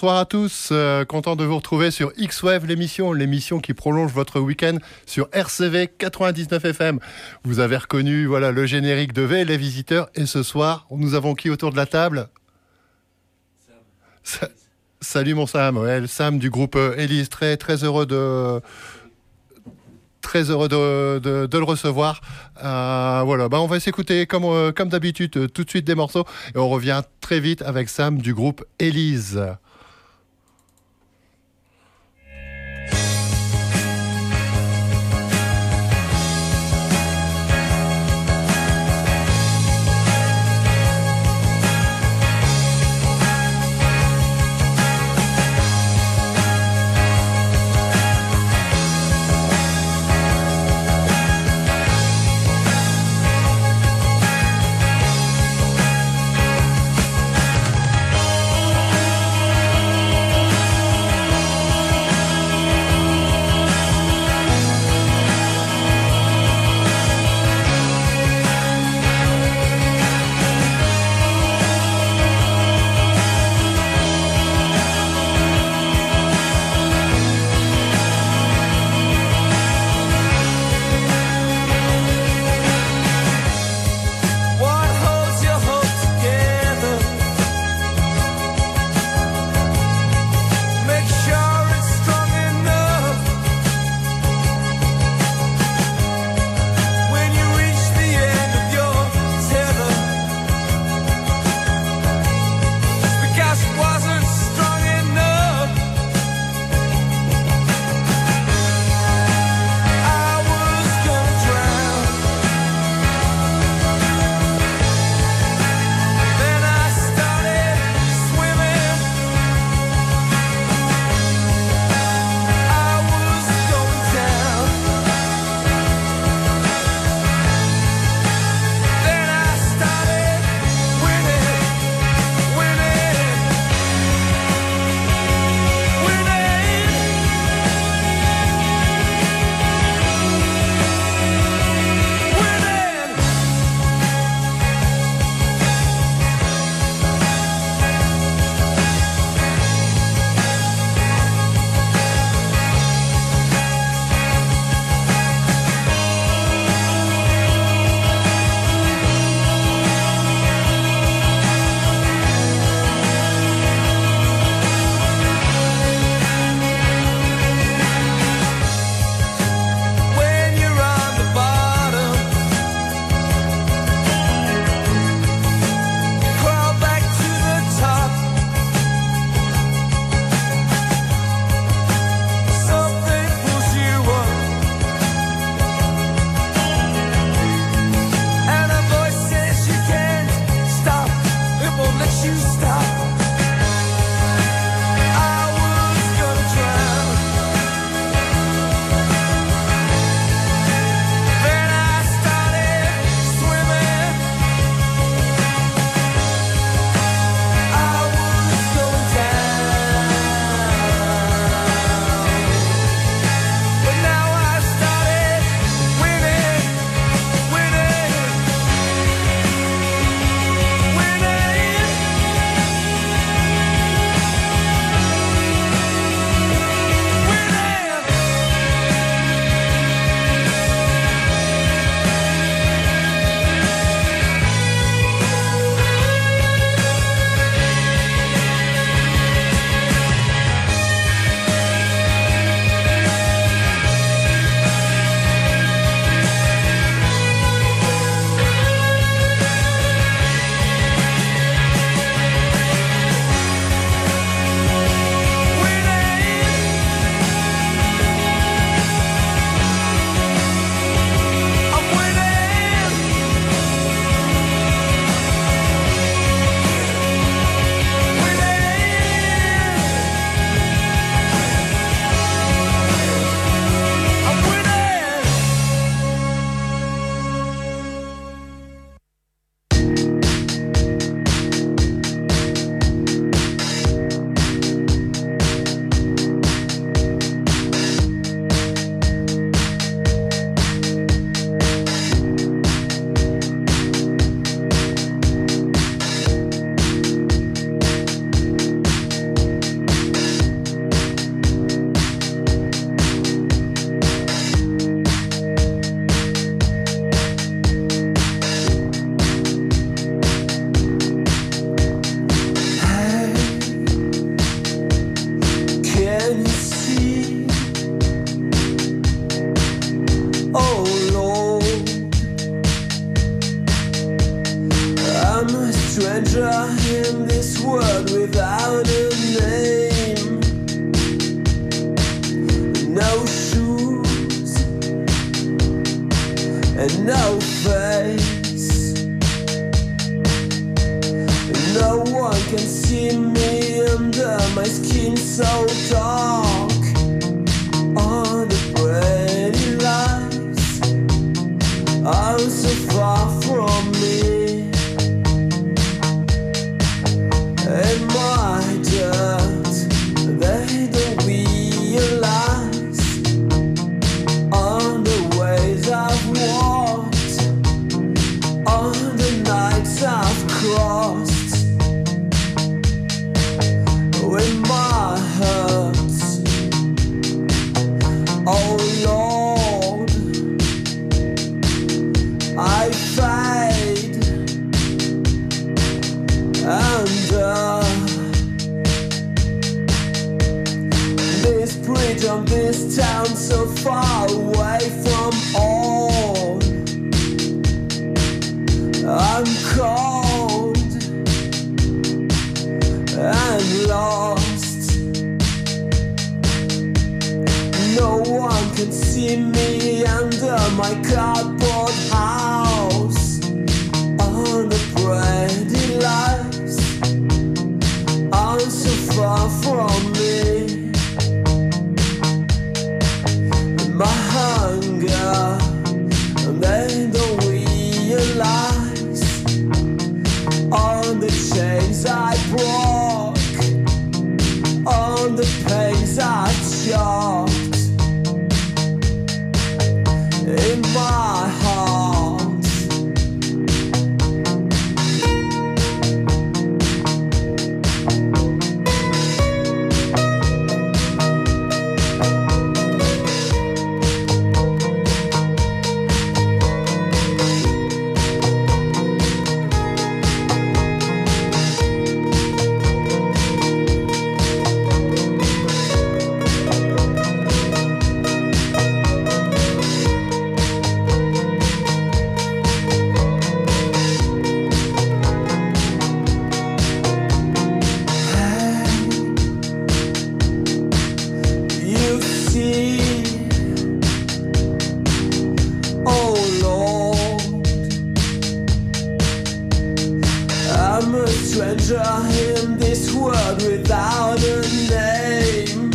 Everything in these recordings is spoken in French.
bonsoir à tous. Content de vous retrouver sur X-Wave, l'émission qui prolonge votre week-end sur RCV 99 FM. Vous avez reconnu le générique de V, les visiteurs. Et ce soir, nous avons qui autour de la table ? Salut mon Sam, le Sam du groupe Élise, très heureux de le recevoir. On va s'écouter comme d'habitude tout de suite des morceaux et on revient très vite avec Sam du groupe Élise. bridge on this town so far away from all. I'm cold and lost. No one can see me under my cardboard house. Unbreaded lives, I'm so far from me. My hunger, and they don't realize all the chains I broke, all the pains I choked in my heart. In this world without a name,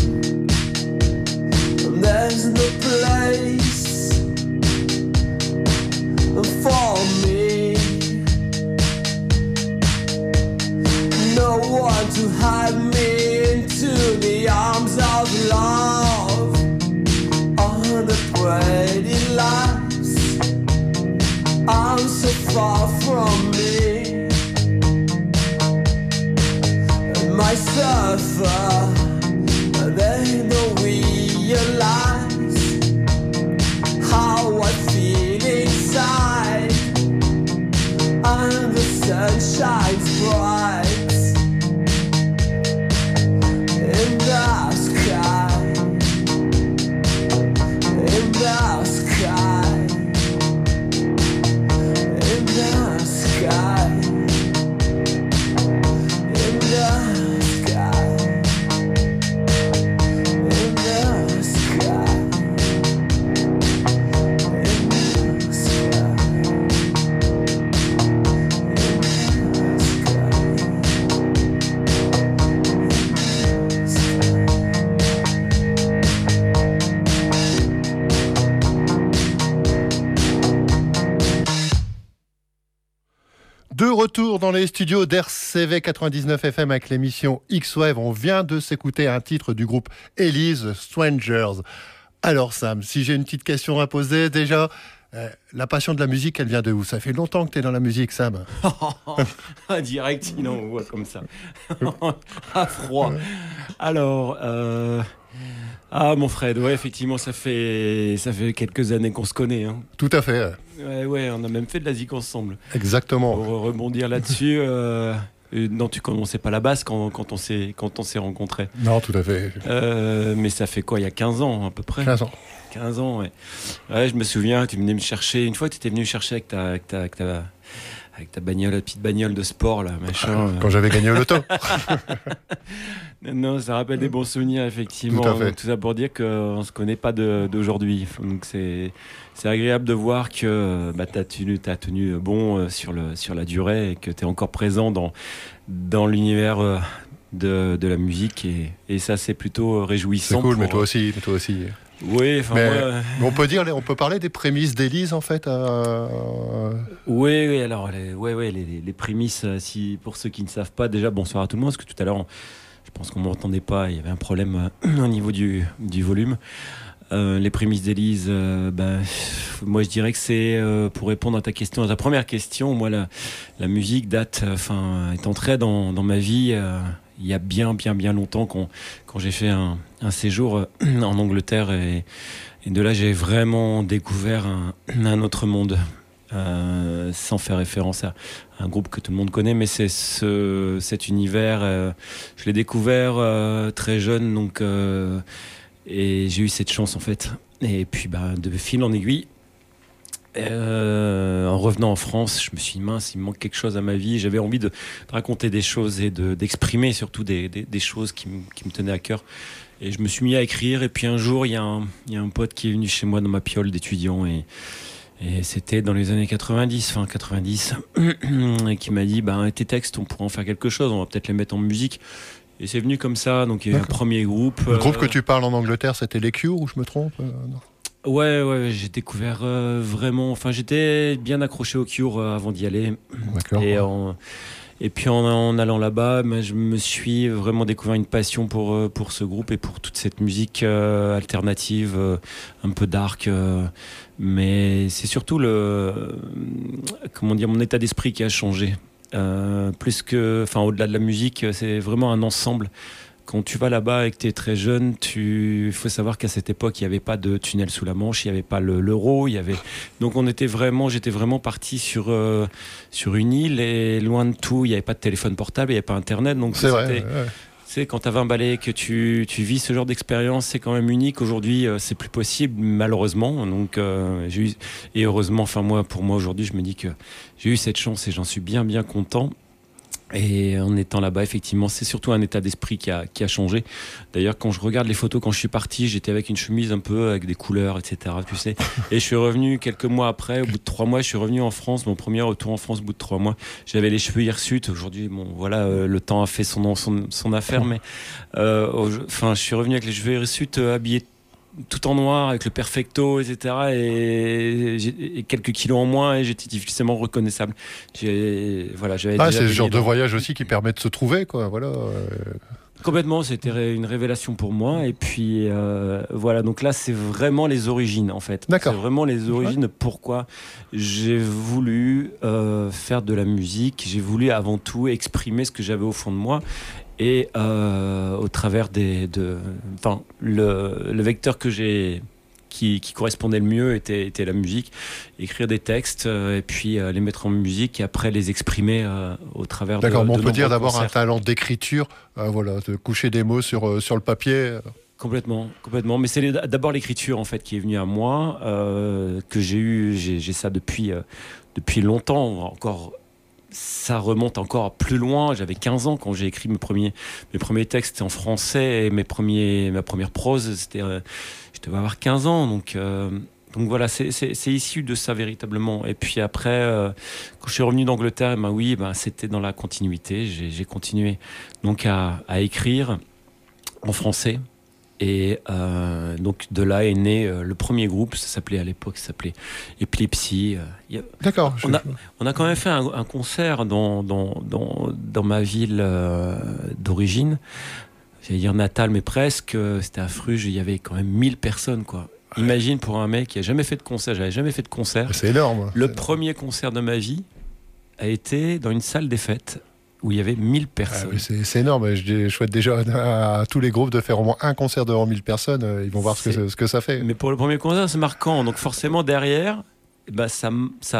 there's no place for me, no one to hide me into the arms of love. Unbreaded lives, I'm so far from me. My suffer, they don't realize how I feel inside, and the sun shines bright in the sky, in the sky, in the sky, in the De retour dans les studios d'RCV 99 FM avec l'émission X-Wave. On vient de s'écouter un titre du groupe Elise, Strangers. Alors Sam, si j'ai une petite question à poser, déjà, la passion de la musique, elle vient de où? Ça fait longtemps que tu es dans la musique, Sam. Direct, il envoie comme ça. À froid. Alors, mon Fred, ouais, effectivement, ça fait quelques années qu'on se connaît. Hein. Tout à fait. Ouais, on a même fait de la zik ensemble. Exactement. Pour rebondir là-dessus, non, tu commençais pas la basse quand on s'est rencontrés. Non, tout à fait. Mais ça fait quoi, il y a 15 ans à peu près? 15 ans. 15 ans, ouais. Ouais, je me souviens, tu venais me chercher. Une fois, tu étais venu me chercher avec ta bagnole, la petite bagnole de sport, là, machin. Quand j'avais gagné au loto. Non, ça rappelle des bons souvenirs, effectivement. Tout à fait. Donc, tout ça pour dire qu'on ne se connaît pas d'aujourd'hui. Donc, c'est agréable de voir que tu as tenu bon sur la durée et que tu es encore présent dans l'univers de la musique. Et ça, c'est plutôt réjouissant. C'est cool, mais toi aussi. Oui, enfin mais on peut parler des prémices d'Élise en fait. Oui, alors les prémices, pour ceux qui ne savent pas, déjà bonsoir à tout le monde, parce que tout à l'heure, je pense qu'on m'entendait pas, il y avait un problème au niveau du volume. Les prémices d'Élise, moi je dirais que c'est pour répondre à ta première question. Moi, la musique est entrée dans ma vie. Il y a bien longtemps quand j'ai fait un séjour en Angleterre et de là j'ai vraiment découvert un autre monde, sans faire référence à un groupe que tout le monde connaît, mais c'est cet univers, je l'ai découvert très jeune, donc Et j'ai eu cette chance en fait. Et puis de fil en aiguille, en revenant en France, je me suis dit mince, il me manque quelque chose à ma vie. J'avais envie de raconter des choses et d'exprimer surtout des choses qui me tenaient à cœur. Et je me suis mis à écrire. Et puis un jour, il y a un pote qui est venu chez moi dans ma piole d'étudiant et c'était dans les années 90, fin 90, et qui m'a dit tes textes, on pourrait en faire quelque chose, on va peut-être les mettre en musique. Et c'est venu comme ça, donc il y a eu un premier groupe. Le groupe que tu parles en Angleterre, c'était les Cure, ou je me trompe? Non. Ouais, j'ai découvert vraiment. Enfin, j'étais bien accroché au Cure avant d'y aller. D'accord. Et puis en allant là-bas, je me suis vraiment découvert une passion pour ce groupe et pour toute cette musique alternative, un peu dark. Mais c'est surtout mon état d'esprit qui a changé. Au-delà de la musique, c'est vraiment un ensemble. Quand tu vas là-bas et que tu es très jeune, il faut savoir qu'à cette époque, il n'y avait pas de tunnel sous la Manche, il n'y avait pas l'euro, donc j'étais vraiment parti sur une île et loin de tout, il n'y avait pas de téléphone portable, il n'y avait pas Internet. Donc c'est vrai. C'est quand tu as 20 balais que tu vis ce genre d'expérience, c'est quand même unique. Aujourd'hui, c'est plus possible, malheureusement. Donc, et heureusement, pour moi aujourd'hui, je me dis que j'ai eu cette chance et j'en suis bien content. Et en étant là-bas, effectivement, c'est surtout un état d'esprit qui a changé. D'ailleurs, quand je regarde les photos, quand je suis parti, j'étais avec une chemise un peu avec des couleurs, etc. Tu sais. Et je suis revenu quelques mois après, au bout de 3 mois, je suis revenu en France. Mon premier retour en France, au bout de 3 mois, j'avais les cheveux hirsutes. Aujourd'hui, le temps a fait son affaire, mais je suis revenu avec les cheveux hirsutes, habillé tout en noir avec le perfecto, etc. Et quelques kilos en moins et j'étais difficilement reconnaissable. C'est ce genre de voyage aussi qui permet de se trouver, quoi. Voilà. Complètement, c'était une révélation pour moi. Et puis donc là, c'est vraiment les origines en fait. D'accord. C'est vraiment les origines. Pourquoi j'ai voulu faire de la musique. J'ai voulu avant tout exprimer ce que j'avais au fond de moi. Et au travers le vecteur que j'ai qui correspondait le mieux était la musique, écrire des textes et puis les mettre en musique et après les exprimer au travers D'accord, de on peut dire d'avoir concerts. un talent d'écriture, de coucher des mots sur le papier. Complètement. Mais c'est d'abord l'écriture en fait qui est venue à moi, que j'ai ça depuis longtemps encore. Ça remonte encore plus loin. J'avais 15 ans quand j'ai écrit mes premiers textes en français et ma première prose, c'était, je devais avoir 15 ans. Donc voilà, c'est issu de ça véritablement. Et puis après, quand je suis revenu d'Angleterre, c'était dans la continuité. J'ai continué donc à écrire en français. Et donc de là est né le premier groupe, à l'époque ça s'appelait Epilepsy. D'accord. On a quand même fait un concert dans ma ville d'origine, j'allais dire natale mais presque, c'était à Fruges, il y avait quand même 1000 personnes quoi. Imagine pour un mec qui a jamais fait de concert, j'avais jamais fait de concert. C'est énorme. Le premier concert de ma vie a été dans une salle des fêtes où il y avait 1000 personnes. C'est énorme. Je souhaite déjà à tous les groupes de faire au moins un concert devant 1000 personnes. Ils vont voir ce que ça fait. Mais pour le premier concert, c'est marquant. Donc forcément, derrière, ça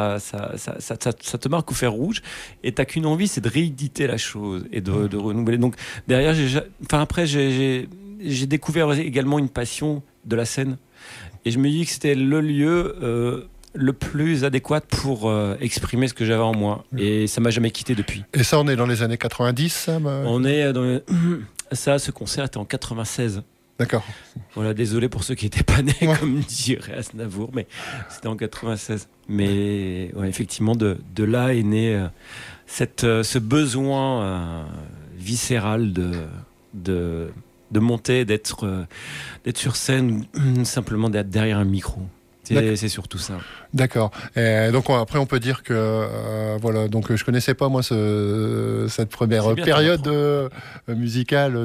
te marque au fer rouge. Et t'as qu'une envie, c'est de rééditer la chose et de renouveler. Donc derrière, j'ai découvert également une passion de la scène. Et je me dis que c'était le lieu... le plus adéquat pour exprimer ce que j'avais en moi. Et ça m'a jamais quitté depuis. Et ça, on est dans les années 90, ça On est dans... ce concert était en 96. D'accord. Voilà, désolé pour ceux qui n'étaient pas nés, comme dirait Aznavour, mais c'était en 96. Mais effectivement, de là est né ce besoin viscéral de monter, d'être sur scène, simplement d'être derrière un micro. C'est surtout ça. D'accord. Et donc après, on peut dire que Donc je connaissais pas moi cette première période musicale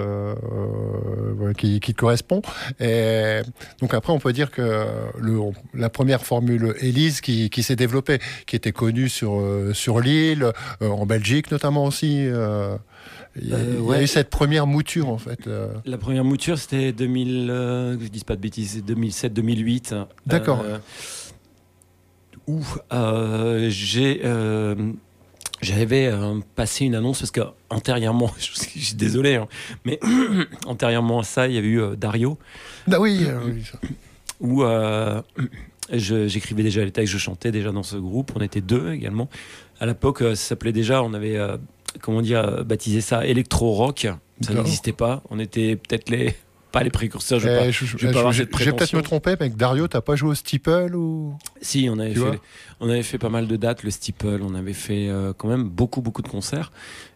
qui te correspond. Et donc après, on peut dire que la première formule Élise qui s'est développée, qui était connue sur l'île, en Belgique notamment aussi. Il y a eu cette première mouture en fait. La première mouture c'était 2000, que je dise pas de bêtises, 2007-2008. D'accord. Où j'ai J'avais passé une annonce parce que antérieurement, je suis désolé, hein, mais antérieurement à ça, il y avait eu Dario, Ah oui, oui, ça. où j'écrivais déjà les textes, je chantais déjà dans ce groupe. On était deux également. À l'époque, ça s'appelait déjà, on avait baptisé ça électro-rock. Ça n'existait pas. On était peut-être pas les précurseurs. Je vais pas avoir cette je vais peut-être prétention. me tromper, mais avec Dario, t'as pas joué au Steeple ou... Si, on Tu vois avait fait pas mal de dates, le Steeple, on avait fait quand même beaucoup de concerts.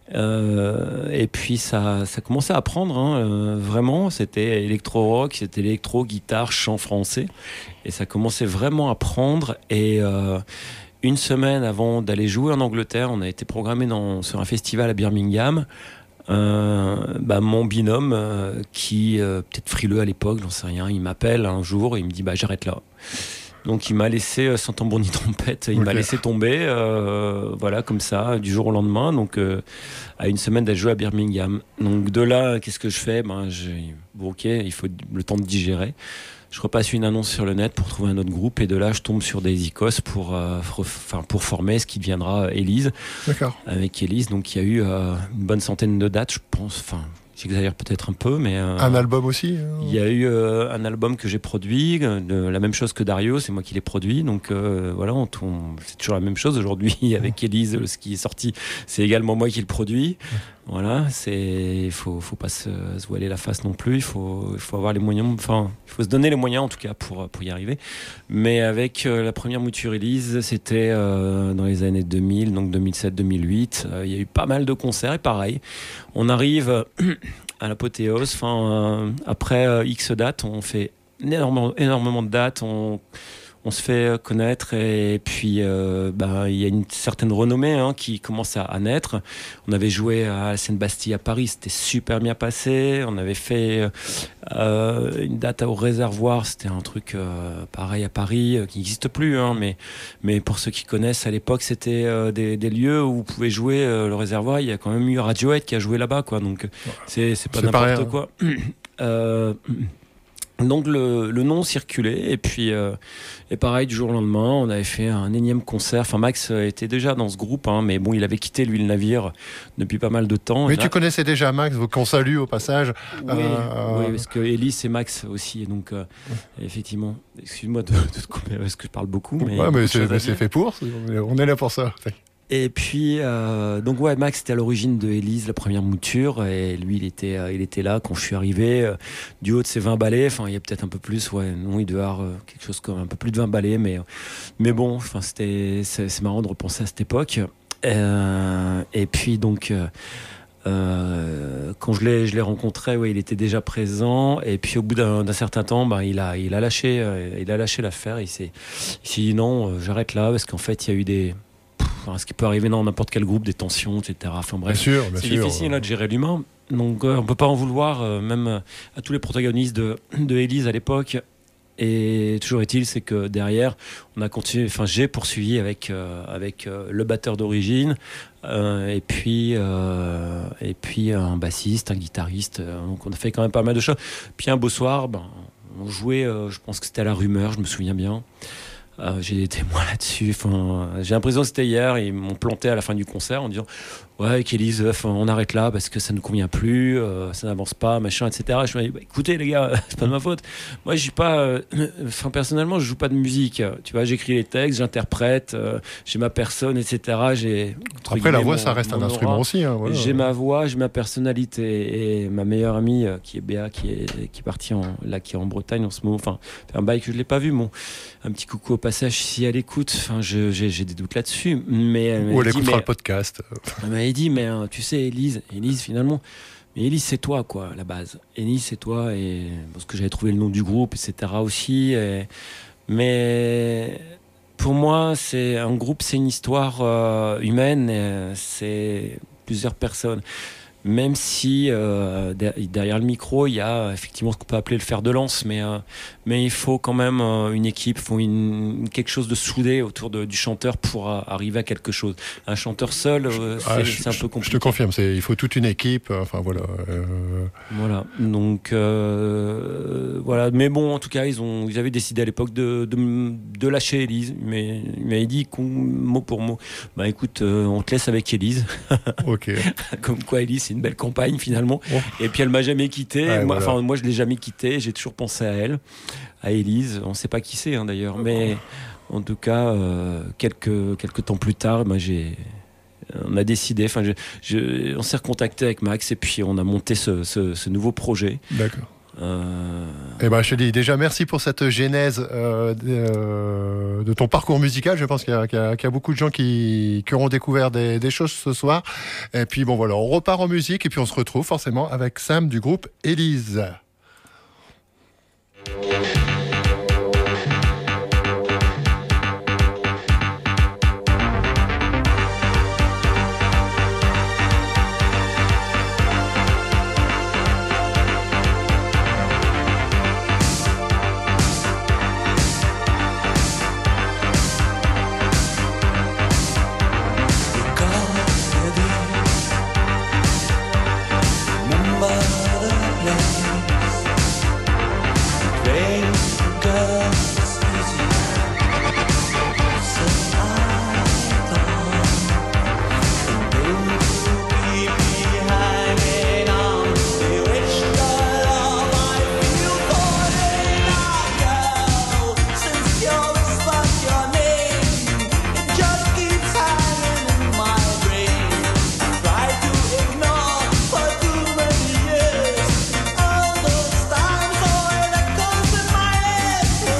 Et puis ça commençait à prendre, hein, vraiment. C'était électro-rock, c'était électro, guitare, chant français. Et ça commençait vraiment à prendre. Et une semaine avant d'aller jouer en Angleterre, on a été programmé sur un festival à Birmingham. Mon binôme qui peut-être frileux à l'époque, j'en sais rien, il m'appelle un jour et il me dit j'arrête là. Donc il m'a laissé sans tambour ni trompette, il m'a laissé tomber voilà comme ça du jour au lendemain, donc à une semaine d'être joué à Birmingham. Donc de là, qu'est-ce que je fais? Il faut le temps de digérer. Je repasse une annonce sur le net pour trouver un autre groupe et de là je tombe sur des icos pour former ce qui deviendra Élise. D'accord. Avec Élise, donc il y a eu une bonne centaine de dates, je pense. Enfin, j'exagère peut-être un peu, mais un album aussi. Il y a eu un album que j'ai produit, la même chose que Dario, c'est moi qui l'ai produit. Donc voilà, c'est toujours la même chose aujourd'hui avec Élise. Ce qui est sorti, c'est également moi qui le produis. Voilà, il faut pas se voiler la face non plus. Il faut avoir les moyens. Enfin, il faut se donner les moyens en tout cas pour y arriver. Mais avec la première mouture Élise, c'était dans les années 2000, donc 2007-2008. Il y a eu pas mal de concerts et pareil, on arrive à l'apothéose. Après X dates, on fait énormément de dates. On se fait connaître et puis il y a une certaine renommée qui commence à naître. On avait joué à la Seine-Bastille à Paris, c'était super bien passé. On avait fait une date au Réservoir, c'était un truc pareil à Paris qui n'existe plus, mais pour ceux qui connaissent à l'époque, c'était des lieux où vous pouvez jouer le Réservoir. Il y a quand même eu Radiohead qui a joué là-bas, quoi. Donc c'est pas n'importe quoi. Donc le nom circulait et puis et pareil du jour au lendemain on avait fait un énième concert. Enfin Max était déjà dans ce groupe mais bon il avait quitté lui le navire depuis pas mal de temps. Mais tu connaissais déjà Max, qu'on salue au passage. Oui, parce que Élise c'est Max aussi et donc effectivement excuse-moi de te couper parce que je parle beaucoup mais c'est fait pour, on est là pour ça. Et puis, Max était à l'origine de Élise, la première mouture, et lui, il était là quand je suis arrivé. Du haut de ses 20 ballets, enfin, il y a peut-être un peu plus, il devait avoir quelque chose comme un peu plus de 20 ballets, mais bon, enfin, c'est marrant de repenser à cette époque. Et puis, donc, quand je l'ai rencontré, il était déjà présent, et puis au bout d'un certain temps, il a lâché l'affaire, il s'est dit non, j'arrête là, parce qu'en fait, il y a eu ce qui peut arriver dans n'importe quel groupe, des tensions, etc. Enfin bref, c'est difficile de gérer l'humain. Donc on peut pas en vouloir, même à tous les protagonistes de Élise à l'époque. Et toujours est-il, c'est que derrière, on a continué. Enfin, j'ai poursuivi avec le batteur d'origine, et puis un bassiste, un guitariste. Donc on a fait quand même pas mal de choses. Puis un beau soir, on jouait. Je pense que c'était à la Rumeur, je me souviens bien. J'ai des témoins là-dessus. Enfin, j'ai l'impression que c'était hier. Ils m'ont planté à la fin du concert en disant ouais, avec Élise, on arrête là parce que ça ne convient plus, ça n'avance pas, machin, etc. Je me dis écoutez les gars, c'est pas de ma faute. Moi, je suis pas. Personnellement, je joue pas de musique. Tu vois, j'écris les textes, j'interprète, j'ai ma personne, etc. Après, la voix, ça reste un instrument aussi. Voilà. J'ai ma voix, j'ai ma personnalité et ma meilleure amie qui est Béa, qui est partie qui est en Bretagne en ce moment. Enfin, fait un bail que je l'ai pas vu. Un petit coucou au passage si elle écoute. Enfin, j'ai des doutes là-dessus. Mais ou elle écoutera le podcast. Elle dit mais tu sais Élise finalement, mais Élise c'est toi quoi à la base. Élise c'est toi et parce que j'avais trouvé le nom du groupe etc aussi. Mais pour moi c'est un groupe, c'est une histoire humaine. C'est plusieurs personnes. Même si derrière le micro, il y a effectivement ce qu'on peut appeler le fer de lance, mais il faut quand même une équipe, il faut quelque chose de soudé autour du chanteur pour arriver à quelque chose. Un chanteur seul, c'est un peu compliqué. Je te confirme, il faut toute une équipe. Enfin voilà. Voilà. Donc voilà. Mais bon, en tout cas, ils avaient décidé à l'époque de de lâcher Élise. Mais il m'avait dit mot pour mot, bah écoute, on te laisse avec Élise. Ok. Comme quoi Élise, c'est une belle compagne finalement. Oh. Et puis elle m'a jamais quitté. Ouais, Moi, voilà. moi je l'ai jamais quitté. J'ai toujours pensé à elle, à Élise. On sait pas qui c'est d'ailleurs, mais en tout cas, quelques temps plus tard, on a décidé. Enfin, on s'est recontacté avec Max et puis on a monté ce nouveau projet. D'accord. Eh ben, je te dis déjà merci pour cette genèse de ton parcours musical. Je pense qu'il y a beaucoup de gens qui auront découvert des choses ce soir. Et puis bon voilà, on repart en musique et puis on se retrouve forcément avec Sam du groupe Élise. All those times, all that goes in my head.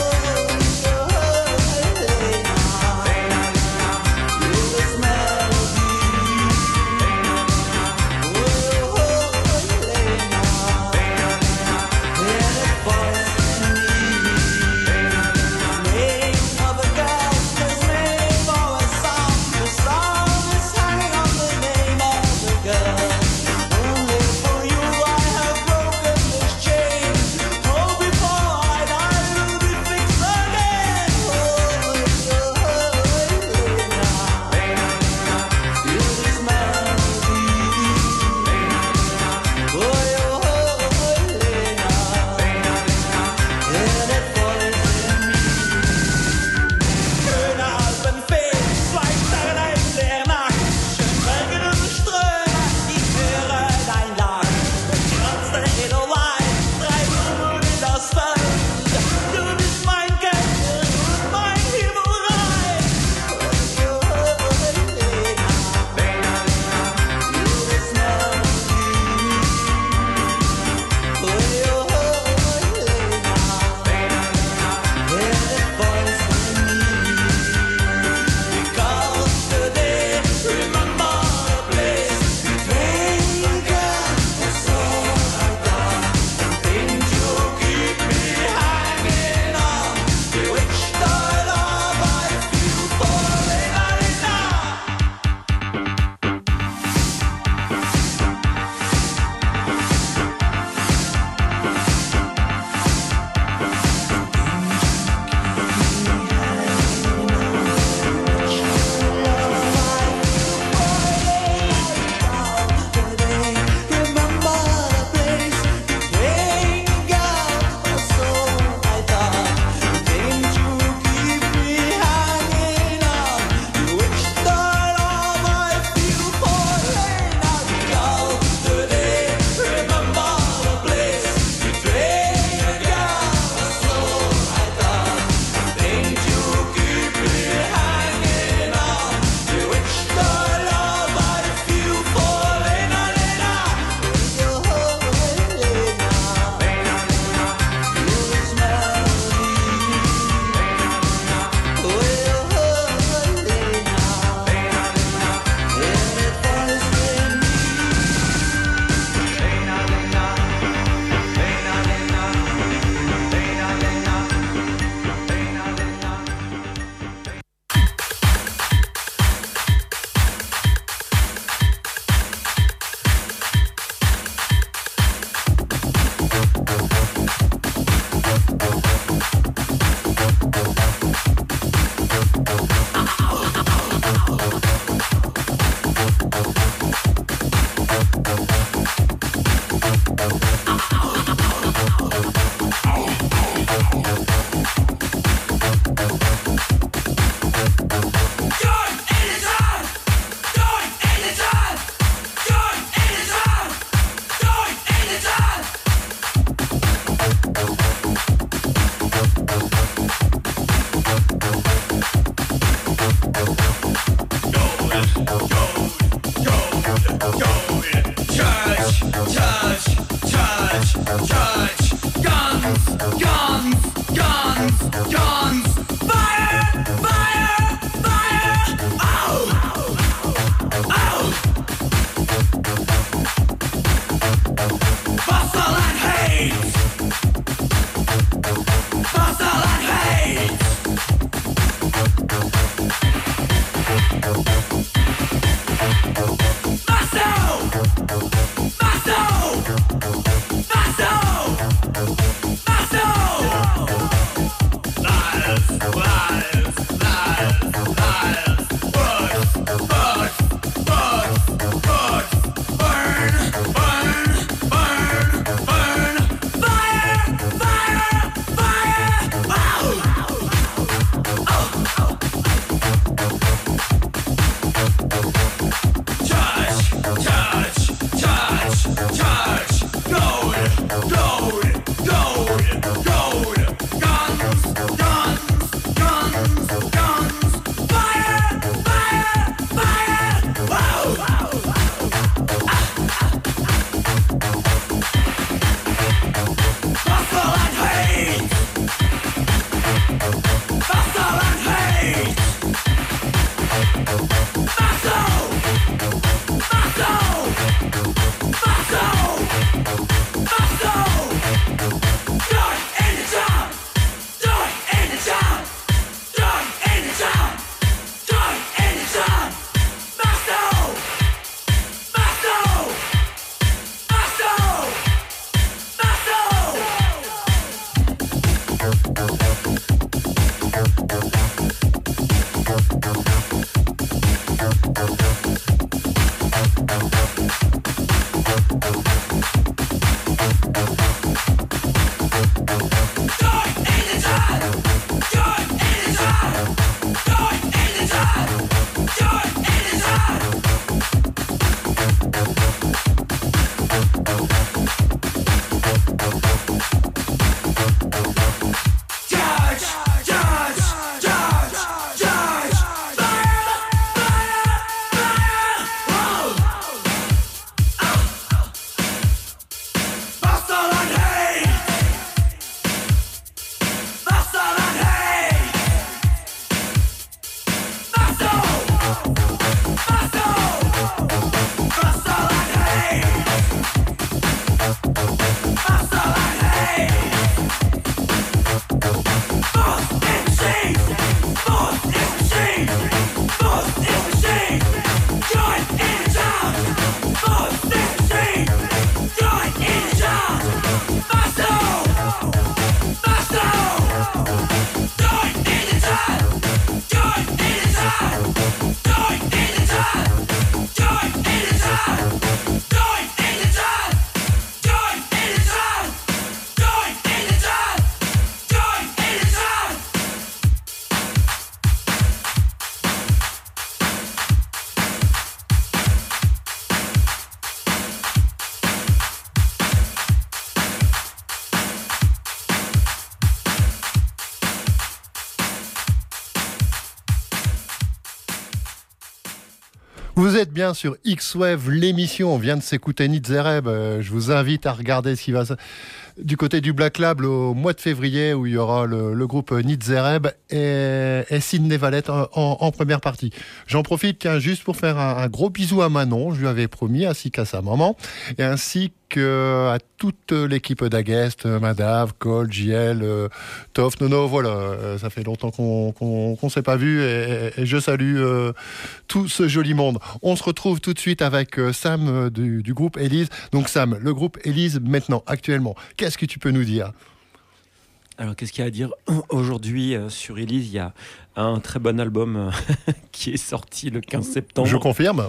Vous êtes bien sur X-Wave, l'émission. On vient de s'écouter Nitzereb. Je vous invite à regarder ce qui va du côté du Black Lab au mois de février, où il y aura le groupe Nitzereb et Sydney Valette en première partie. J'en profite juste pour faire un gros bisou à Manon, je lui avais promis, ainsi qu'à sa maman, et ainsi qu'à toute l'équipe d'Aguest, Madav, Cole, JL, Toff, Nono, voilà, ça fait longtemps qu'on s'est pas vu, et je salue tout ce joli monde. On se retrouve tout de suite avec Sam du groupe Élise. Donc Sam, le groupe Élise maintenant, actuellement, qu'est-ce que tu peux nous dire ? Alors, qu'est-ce qu'il y a à dire aujourd'hui sur Élise ? Il y a un très bon album qui est sorti le 15 septembre. Je confirme.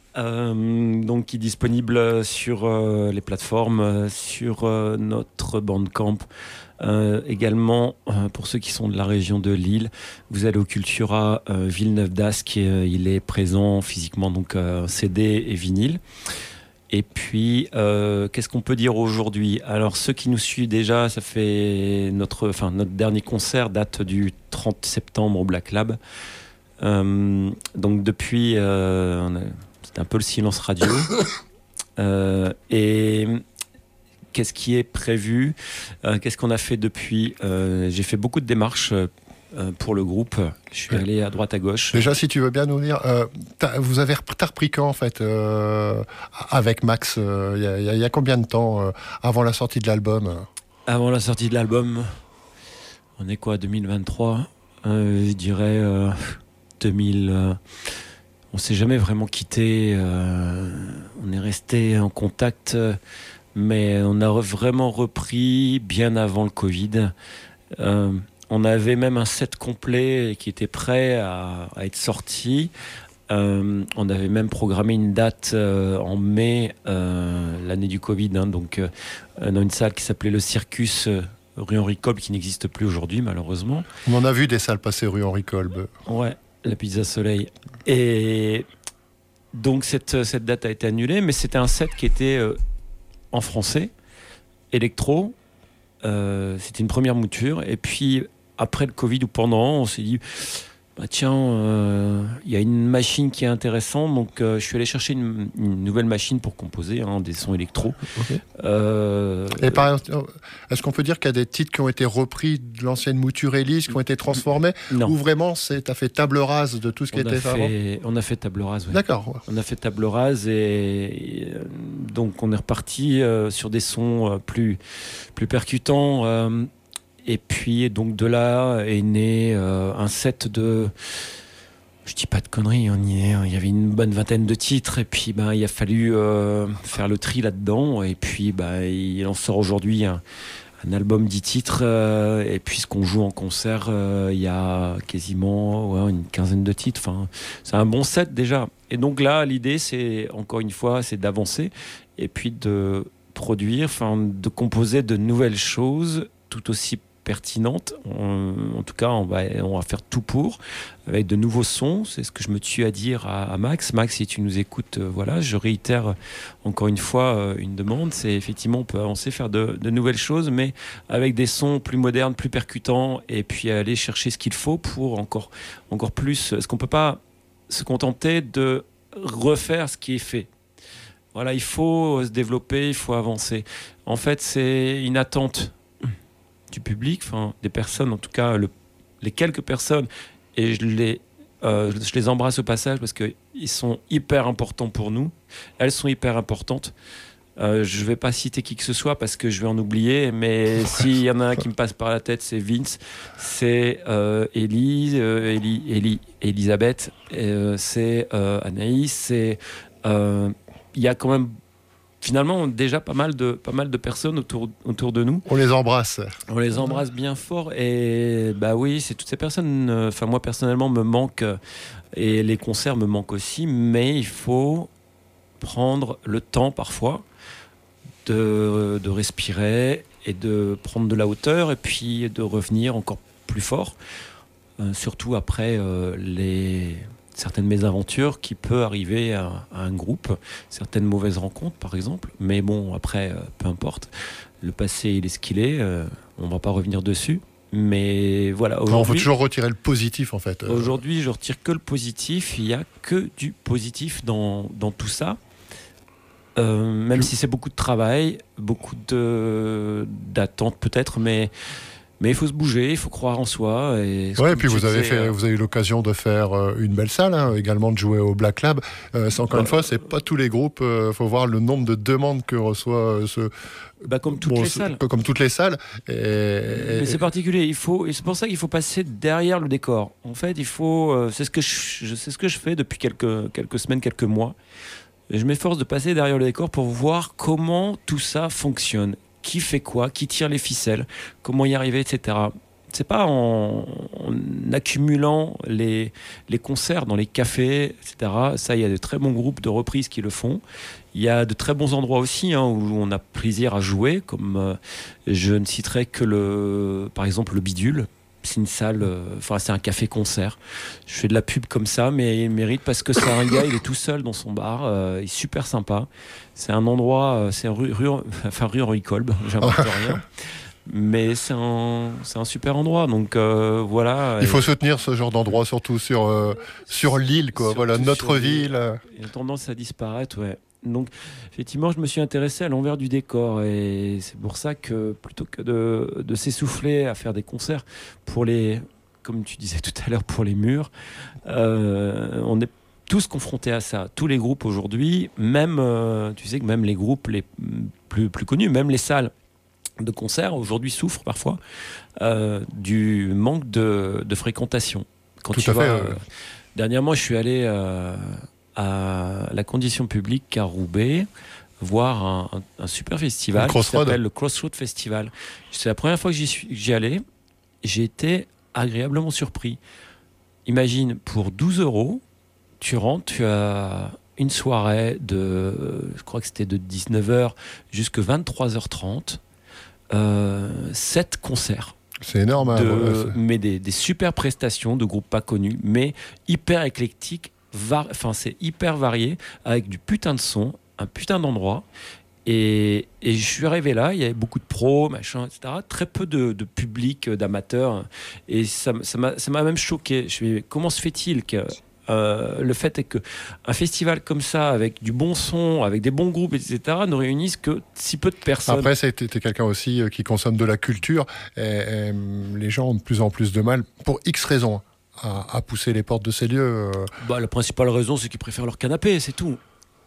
Donc, qui est disponible sur les plateformes, sur notre Bandcamp. Également, pour ceux qui sont de la région de Lille, vous allez au Cultura Villeneuve d'Ascq. Il est présent physiquement, donc CD et vinyle. Et puis, qu'est-ce qu'on peut dire aujourd'hui ? Alors, ceux qui nous suivent déjà, ça fait notre dernier concert date du 30 septembre au Black Lab. Donc, depuis, c'était un peu le silence radio. Et qu'est-ce qui est prévu, qu'est-ce qu'on a fait depuis. J'ai fait beaucoup de démarches pour le groupe. Je suis allé à droite à gauche. Déjà, si tu veux bien nous dire, t'as repris quand en fait avec Max il y a combien de temps avant la sortie de l'album Avant la sortie de l'album, on est quoi, 2023 je dirais 2000. On s'est jamais vraiment quitté. On est resté en contact, mais on a vraiment repris bien avant le Covid. On avait même un set complet qui était prêt à être sorti. On avait même programmé une date en mai, l'année du Covid, donc dans une salle qui s'appelait le Circus rue Henri Kolb, qui n'existe plus aujourd'hui malheureusement. On en a vu des salles passer rue Henri Kolb. Ouais, la Pizza Soleil. Et donc cette date a été annulée, mais c'était un set qui était en français, électro. C'était une première mouture. Et puis après le Covid ou pendant, on s'est dit tiens, il y a une machine qui est intéressante, donc je suis allé chercher une nouvelle machine pour composer des sons électro. Okay. Et est-ce qu'on peut dire qu'il y a des titres qui ont été repris de l'ancienne mouture Élise, qui ont été transformés, non. Ou vraiment t'as fait table rase de tout ce qui était fait avant? On a fait table rase, oui. D'accord. Ouais. On a fait table rase et donc on est reparti sur des sons plus percutants. Et puis, donc, de là est né un set de... Je dis pas de conneries, il y avait une bonne vingtaine de titres. Et puis, il a fallu faire le tri là-dedans. Et puis, il en sort aujourd'hui un album 10 titres. Et puis, ce qu'on joue en concert, il y a quasiment une quinzaine de titres. Enfin, c'est un bon set déjà. Et donc là, l'idée, c'est, encore une fois, c'est d'avancer. Et puis, de produire, de composer de nouvelles choses tout aussi pertinente. En tout cas, on va faire tout pour, avec de nouveaux sons. C'est ce que je me tue à dire à Max. Max, si tu nous écoutes, voilà, je réitère encore une fois une demande. C'est effectivement, on peut avancer, faire de nouvelles choses, mais avec des sons plus modernes, plus percutants, et puis aller chercher ce qu'il faut pour encore plus. Est-ce qu'on peut pas se contenter de refaire ce qui est fait? Voilà, il faut se développer, il faut avancer. En fait, c'est une attente du public, des personnes, en tout cas les quelques personnes, et je les embrasse au passage parce qu'ils sont hyper importants pour nous, elles sont hyper importantes. Je vais pas citer qui que ce soit parce que je vais en oublier, mais s'il y en a un qui me passe par la tête, c'est Vince, c'est Elisabeth, c'est Anaïs, c'est il y a quand même finalement déjà pas mal de personnes autour de nous. On les embrasse. On les embrasse bien fort et oui, c'est toutes ces personnes. Moi personnellement me manquent et les concerts me manquent aussi, mais il faut prendre le temps parfois de respirer et de prendre de la hauteur et puis de revenir encore plus fort, surtout après certaines mésaventures qui peuvent arriver à un groupe, certaines mauvaises rencontres par exemple, mais bon, après, peu importe, le passé il est ce qu'il est, on va pas revenir dessus, mais voilà. On faut toujours retirer le positif en fait. Aujourd'hui, je retire que le positif, il y a que du positif dans tout ça, même si c'est beaucoup de travail, beaucoup d'attentes peut-être, mais il faut se bouger, il faut croire en soi. Et puis vous avez eu l'occasion de faire une belle salle, également de jouer au Black Lab. Encore une fois, c'est pas tous les groupes. Faut voir le nombre de demandes que reçoit comme toutes les salles. Comme toutes les salles. Mais c'est particulier. Et c'est pour ça qu'il faut passer derrière le décor. En fait, il faut. C'est ce que je fais depuis quelques semaines, quelques mois. Et je m'efforce de passer derrière le décor pour voir comment tout ça fonctionne. Qui fait quoi, qui tire les ficelles, comment y arriver, etc. C'est pas en accumulant les concerts dans les cafés, etc. Ça, il y a de très bons groupes de reprises qui le font. Il y a de très bons endroits aussi où on a plaisir à jouer, comme je ne citerai que par exemple le Bidule. C'est une salle, c'est un café-concert. Je fais de la pub comme ça, mais il mérite parce que c'est un gars, il est tout seul dans son bar, il est super sympa. C'est un endroit, c'est rue Henri Kolb, j'invente rien. Mais c'est un super endroit, donc voilà. Il faut soutenir ce genre d'endroit, surtout sur l'île, quoi. Voilà, notre ville. Il a tendance à disparaître, ouais. Donc, effectivement, je me suis intéressé à l'envers du décor. Et c'est pour ça que, plutôt que de s'essouffler à faire des concerts pour les, comme tu disais tout à l'heure, pour les murs, on est tous confrontés à ça. Tous les groupes aujourd'hui, même, tu sais que même les groupes les plus connus, même les salles de concert, aujourd'hui souffrent parfois du manque de fréquentation. Quand Tout tu à vas, fait. dernièrement, je suis allé à la Condition Publique à Roubaix voir un super festival qui s'appelle le Crossroad Festival. C'est la première fois que j'y allais. J'ai été agréablement surpris. Imagine, pour 12 €, tu rentres, tu as une soirée je crois que c'était de 19h jusqu'à 23h30, 7 concerts. C'est énorme. Hein, mais des super prestations de groupes pas connus, mais hyper éclectiques, c'est hyper varié, avec du putain de son, un putain d'endroit. Et je suis arrivé là, il y avait beaucoup de pros, machin, etc. Très peu de public, d'amateurs. Et ça m'a même choqué. Je me suis dit, comment se fait-il que le fait est qu'un festival comme ça, avec du bon son, avec des bons groupes, etc., ne réunisse que si peu de personnes. Après, t'es quelqu'un aussi qui consomme de la culture. Et les gens ont de plus en plus de mal, pour X raisons, à pousser les portes de ces lieux. La principale raison, c'est qu'ils préfèrent leur canapé, c'est tout.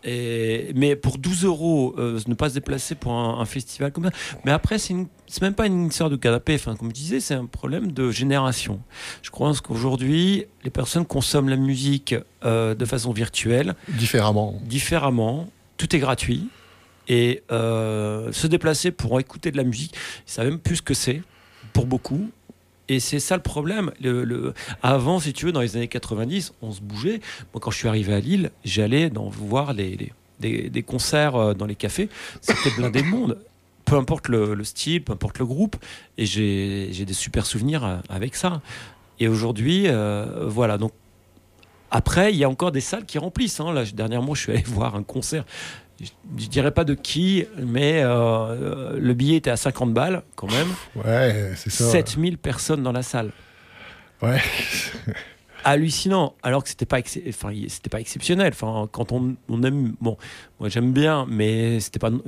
Mais pour 12 €, ne pas se déplacer pour un festival comme ça. Mais après, c'est même pas une histoire de canapé. Enfin, comme je disais, c'est un problème de génération. Je crois qu'aujourd'hui, les personnes consomment la musique de façon virtuelle. Différemment. Tout est gratuit. Et se déplacer pour écouter de la musique, ils savent même plus ce que c'est, pour beaucoup. Et c'est ça le problème. Avant, si tu veux, dans les années 90, on se bougeait. Moi, quand je suis arrivé à Lille, j'allais voir des concerts dans les cafés. C'était blindé de monde. Peu importe le style, peu importe le groupe. Et j'ai des super souvenirs avec ça. Et aujourd'hui, voilà. Donc, après, il y a encore des salles qui remplissent. Hein. Là, dernièrement, je suis allé voir un concert. Je dirais pas de qui, mais le billet était à 50 balles quand même. Ouais, c'est ça. 7000 personnes dans la salle. Ouais. Hallucinant, alors que c'était pas exceptionnel. Enfin, quand on aime, bon, moi j'aime bien, mais c'était pas.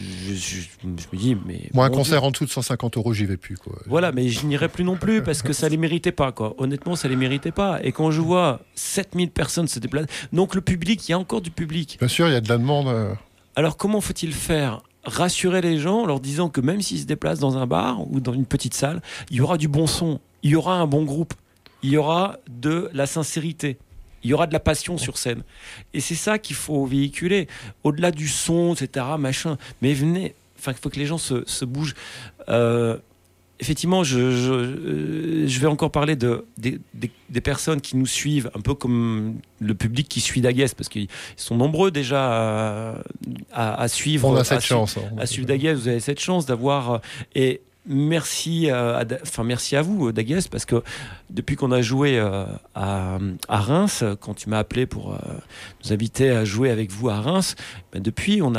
Je me dis, mais moi, un concert en dessous de 150 €, j'y vais plus, quoi. Voilà, mais je n'irai plus non plus parce que ça les méritait pas, quoi. Honnêtement, ça les méritait pas. Et quand je vois 7000 personnes se déplacer, donc le public, il y a encore du public. Bien sûr, il y a de la demande. Alors comment faut-il faire ? Rassurer les gens en leur disant que même s'ils se déplacent dans un bar ou dans une petite salle, il y aura du bon son, il y aura un bon groupe, il y aura de la sincérité, il y aura de la passion sur scène. Et c'est ça qu'il faut véhiculer, au-delà du son, etc., machin. Mais venez, il faut que les gens se bougent. Effectivement, je vais encore parler des personnes qui nous suivent, un peu comme le public qui suit Daguest, parce qu'ils sont nombreux déjà à suivre. On a cette chance. À suivre Daguest, vous avez cette chance d'avoir. Et merci à vous, Daguest, parce que depuis qu'on a joué à Reims, quand tu m'as appelé pour nous inviter à jouer avec vous à Reims, depuis on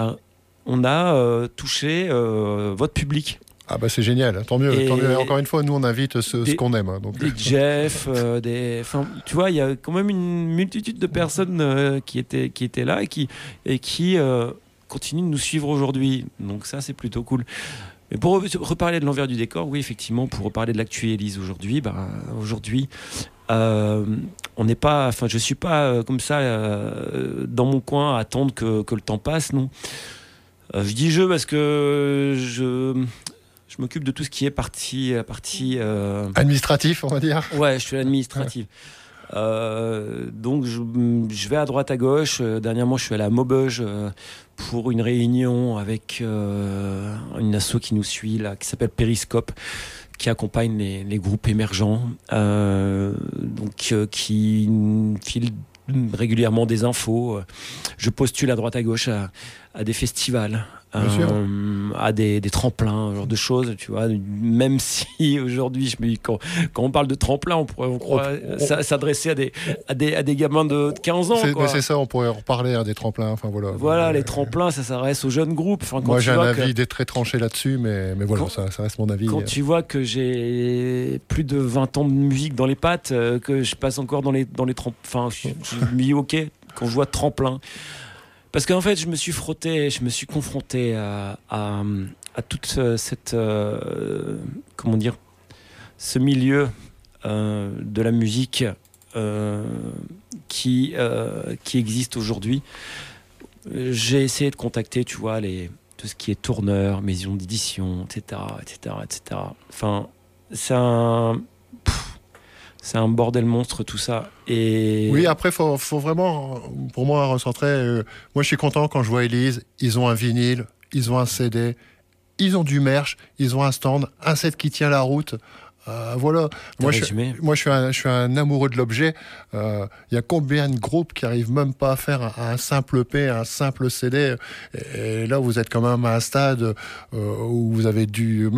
a touché votre public. Ah bah c'est génial, tant mieux. Et encore une fois, nous on invite ce qu'on aime. Hein, donc. Des Jeff, tu vois, il y a quand même une multitude de personnes qui étaient là et qui continuent de nous suivre aujourd'hui. Donc ça, c'est plutôt cool. Mais pour reparler de l'envers du décor, oui, effectivement, pour reparler de l'actu Élise aujourd'hui, on n'est pas, je suis pas comme ça dans mon coin à attendre que le temps passe, non. Je dis parce que je m'occupe de tout ce qui est partie administratif, on va dire. Ouais, je suis l'administratif. Donc je vais à droite à gauche. Dernièrement, je suis allé à Maubeuge pour une réunion avec une asso qui nous suit là, qui s'appelle Périscope, qui accompagne les groupes émergents, qui file régulièrement des infos. Je postule à droite à gauche à des festivals, à des tremplins, ce genre de choses, tu vois. Même si aujourd'hui, je me dis, quand on parle de tremplin, on pourrait s'adresser à des gamins de 15 ans. Mais c'est ça, on pourrait en reparler, des tremplins. Enfin, voilà, les tremplins, ça s'adresse aux jeunes groupes. Enfin, moi, j'ai un avis très tranché là-dessus, mais voilà, ça reste mon avis. Quand tu vois que j'ai plus de 20 ans de musique dans les pattes, que je passe encore dans les tremplins, enfin, je me dis, ok, quand je vois tremplin, Parce qu'en fait, je me suis confronté à toute cette, comment dire, ce milieu de la musique qui existe aujourd'hui. J'ai essayé de contacter, tu vois, tout ce qui est tourneur, maison d'édition, etc., etc., etc. Enfin, c'est un bordel monstre tout ça. Et Oui, après, faut vraiment, pour moi, recentrer. Moi, je suis content quand je vois Élise. Ils ont un vinyle, ils ont un CD, ils ont du merch, ils ont un stand, un set qui tient la route. Voilà. Moi, je suis un amoureux de l'objet. Il y a combien de groupes qui arrivent même pas à faire un simple EP, un simple CD. Et là, vous êtes quand même à un stade où vous avez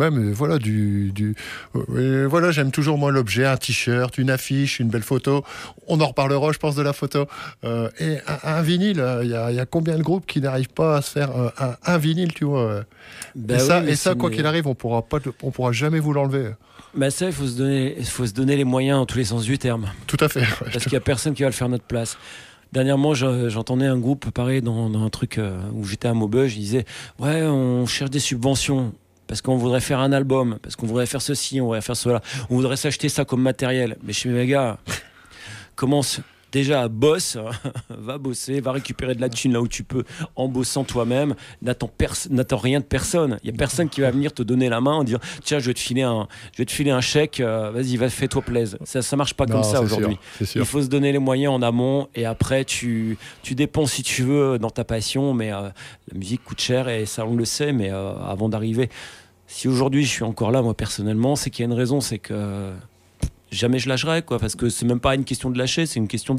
voilà, j'aime toujours moi l'objet, un t-shirt, une affiche, une belle photo. On en reparlera, je pense, de la photo. Et un vinyle, il y a combien de groupes qui n'arrivent pas à se faire un vinyle, tu vois. Et ça, quoi qu'il arrive, on pourra jamais vous l'enlever. Bah ça, il faut se donner les moyens dans tous les sens du terme. Tout à fait. Parce qu'il n'y a personne qui va le faire à notre place. Dernièrement, j'entendais un groupe, pareil, dans un truc où j'étais à Maubeuge, ils disaient « Ouais, on cherche des subventions parce qu'on voudrait faire un album, parce qu'on voudrait faire ceci, on voudrait faire cela, on voudrait s'acheter ça comme matériel. » Mais je suis mes gars, commence déjà, bosse, va bosser, va récupérer de la thune là où tu peux en bossant toi-même. N'attends rien de personne. Il n'y a personne qui va venir te donner la main en disant tiens, je vais te filer un chèque, vas-y, fais-toi plaisir. Ça marche pas comme ça aujourd'hui. Il faut se donner les moyens en amont et après tu dépenses si tu veux dans ta passion, mais la musique coûte cher et ça on le sait, mais avant d'arriver, si aujourd'hui je suis encore là moi personnellement, c'est qu'il y a une raison, c'est que jamais je lâcherai, quoi, parce que c'est même pas une question de lâcher, c'est une question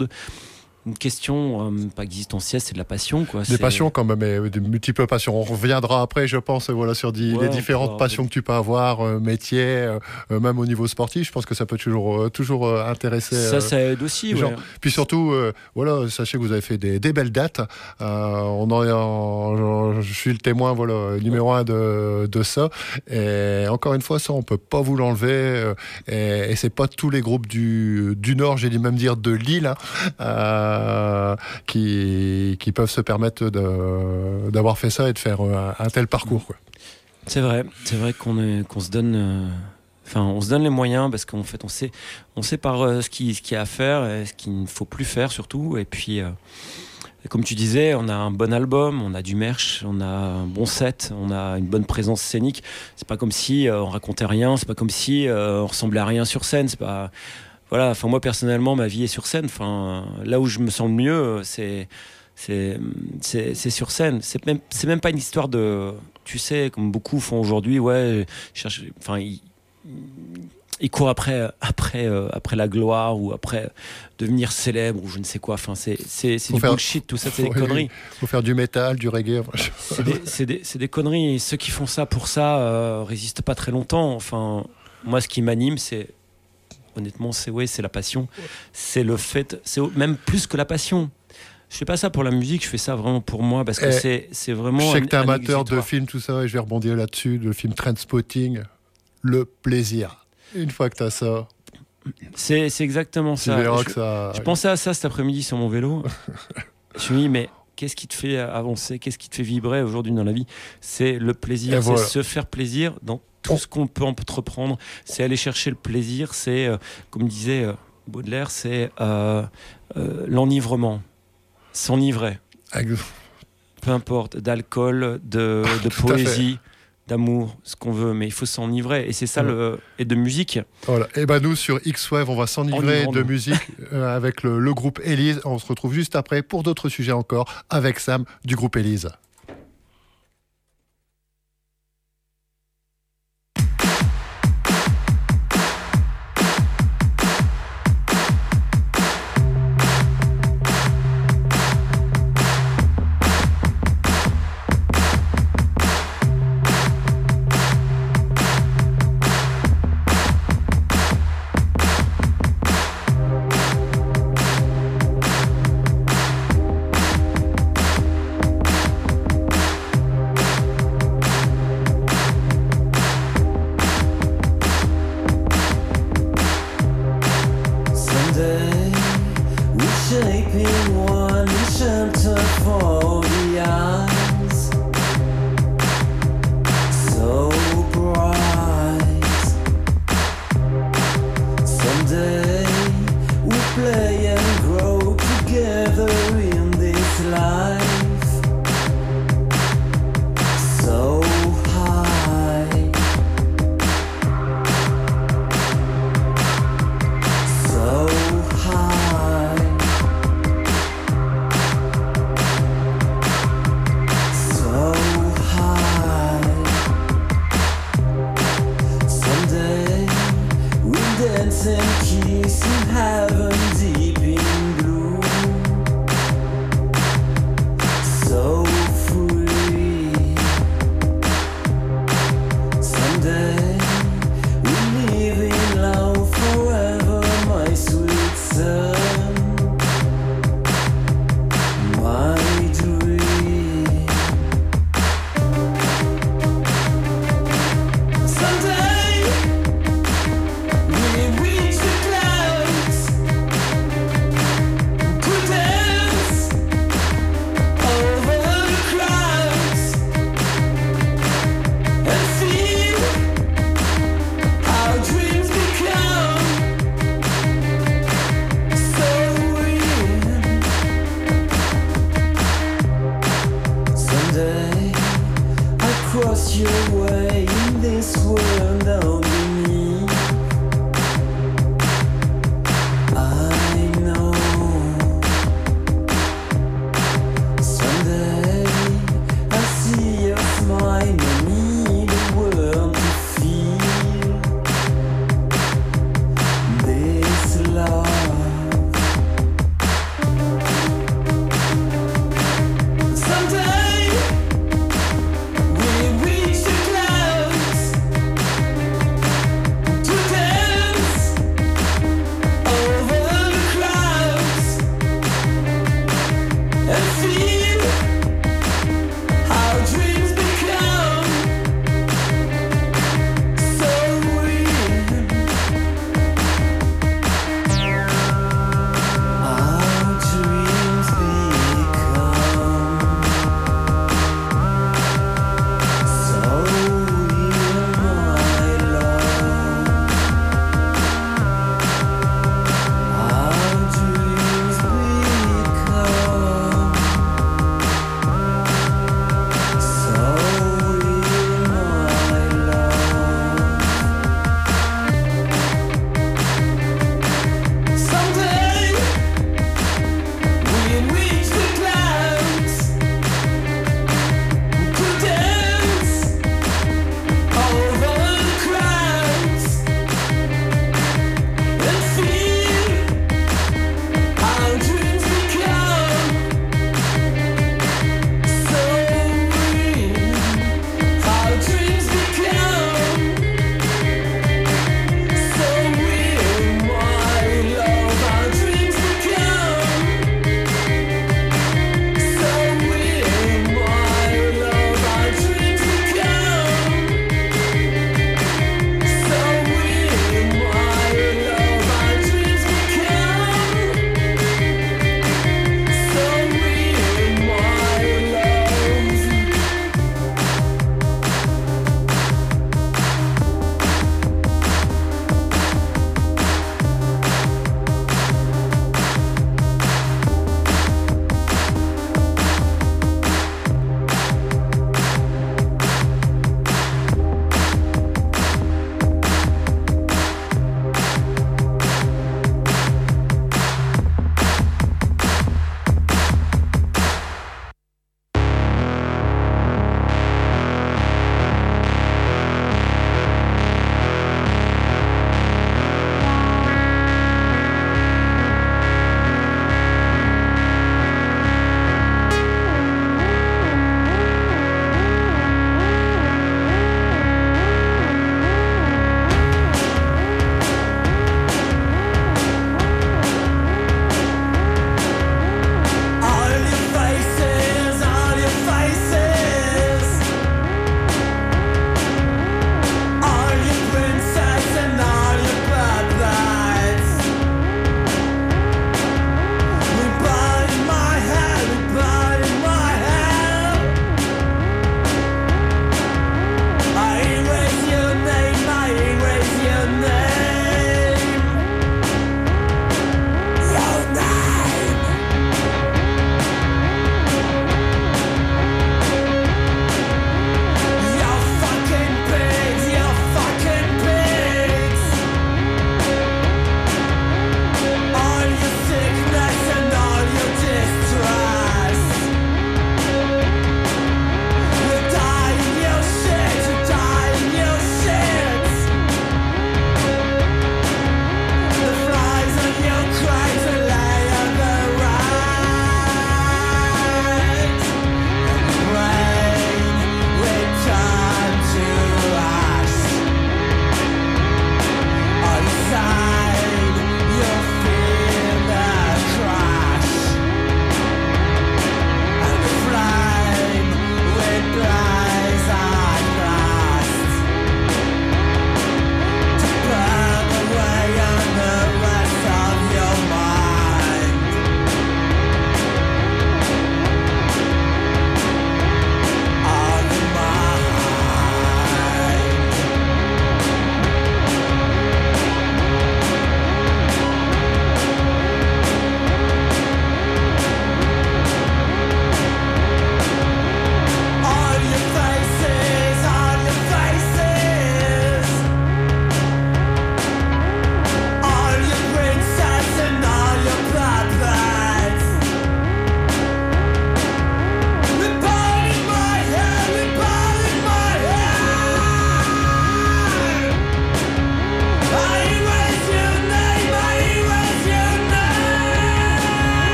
pas existentielle, c'est de la passion, quoi. Des passions quand même, et de multiples passions. On reviendra après, je pense, voilà, sur les différentes passions que tu peux avoir, métier, même au niveau sportif. Je pense que ça peut toujours intéresser. Ça aide aussi. Ouais. Puis surtout, voilà, sachez que vous avez fait des belles dates. Je suis le témoin, voilà, numéro 1 de ça. Et encore une fois, ça, on peut pas vous l'enlever. Et c'est pas tous les groupes du Nord, j'ai dû même dire de Lille. Qui peuvent se permettre d'avoir fait ça et de faire un tel parcours, quoi. C'est vrai qu'on se donne on se donne les moyens parce qu'en fait on sait par ce qu'il y a à faire et ce qu'il ne faut plus faire surtout, et puis comme tu disais, on a un bon album, on a du merch, on a un bon set, on a une bonne présence scénique. C'est pas comme si on racontait rien, c'est pas comme si on ressemblait à rien sur scène, c'est pas... Voilà, enfin moi personnellement ma vie est sur scène. Enfin là où je me sens le mieux, c'est sur scène. C'est même pas une histoire de, tu sais, comme beaucoup font aujourd'hui. Ouais, ils courent après la gloire ou après devenir célèbre ou je ne sais quoi. Enfin c'est du bullshit, tout ça, c'est des conneries. Faut faire du métal, du reggae. C'est des conneries. Et ceux qui font ça pour ça résistent pas très longtemps. Enfin moi ce qui m'anime honnêtement, c'est la passion. C'est le fait, c'est même plus que la passion. Je fais pas ça pour la musique, je fais ça vraiment pour moi parce que c'est vraiment. Je sais que t'es amateur de films, tout ça, et je vais rebondir là-dessus, le film Trainspotting, le plaisir. Une fois que t'as ça. C'est exactement ça. Je pensais à ça cet après-midi sur mon vélo. Je me dis, mais qu'est-ce qui te fait avancer, qu'est-ce qui te fait vibrer aujourd'hui dans la vie? C'est le plaisir, c'est se faire plaisir dans tout ce qu'on peut entreprendre, c'est aller chercher le plaisir, c'est, comme disait Baudelaire, c'est l'enivrement, s'enivrer. Peu importe, d'alcool, de poésie, d'amour, ce qu'on veut, mais il faut s'enivrer, et c'est ça, et de musique. Voilà. Et ben nous, sur X-Wave, on va s'enivrer de musique avec le groupe Élise. On se retrouve juste après pour d'autres sujets encore avec Sam du groupe Élise. dancing keys in heaven deep in blue. So free. Someday we'll live in love forever, my sweet son. My dream. Someday we reach the clouds.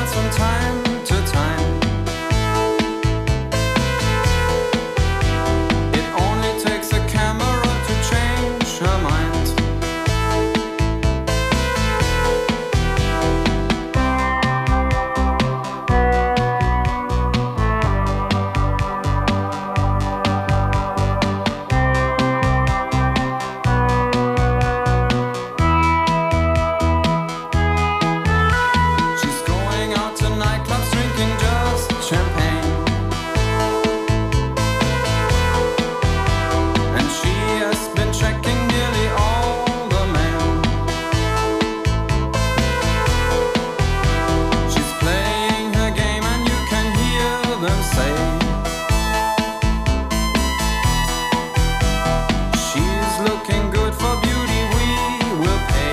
chance from time to time. It only takes a camera to change her mind. She's going out to nightclubs drinking just champagne. And she has been checking nearly all the men. She's playing her game and you can hear them say she's looking good for beauty, we will pay.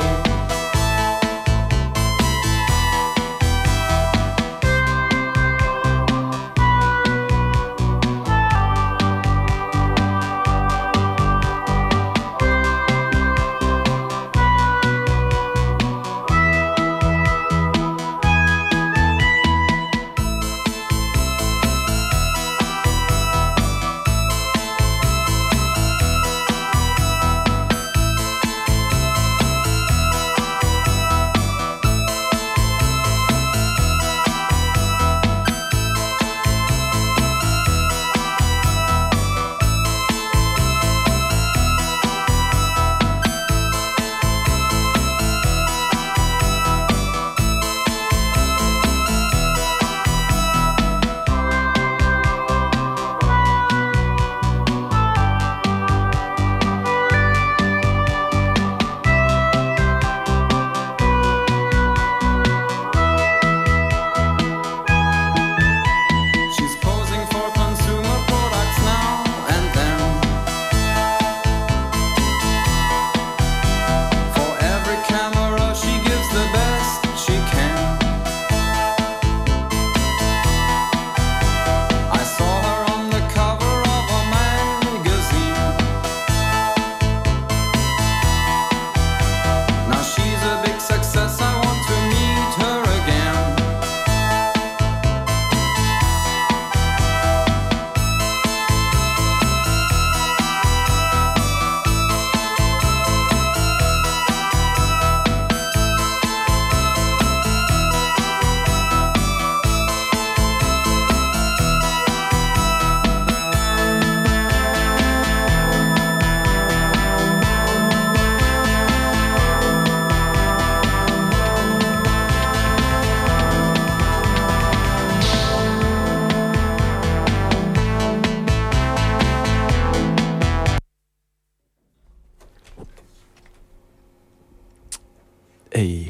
She's posing for consumer products now and then. For every camera she gives the best she can. I saw her on the cover of a magazine. Now she's a big success, I want to meet her again. Et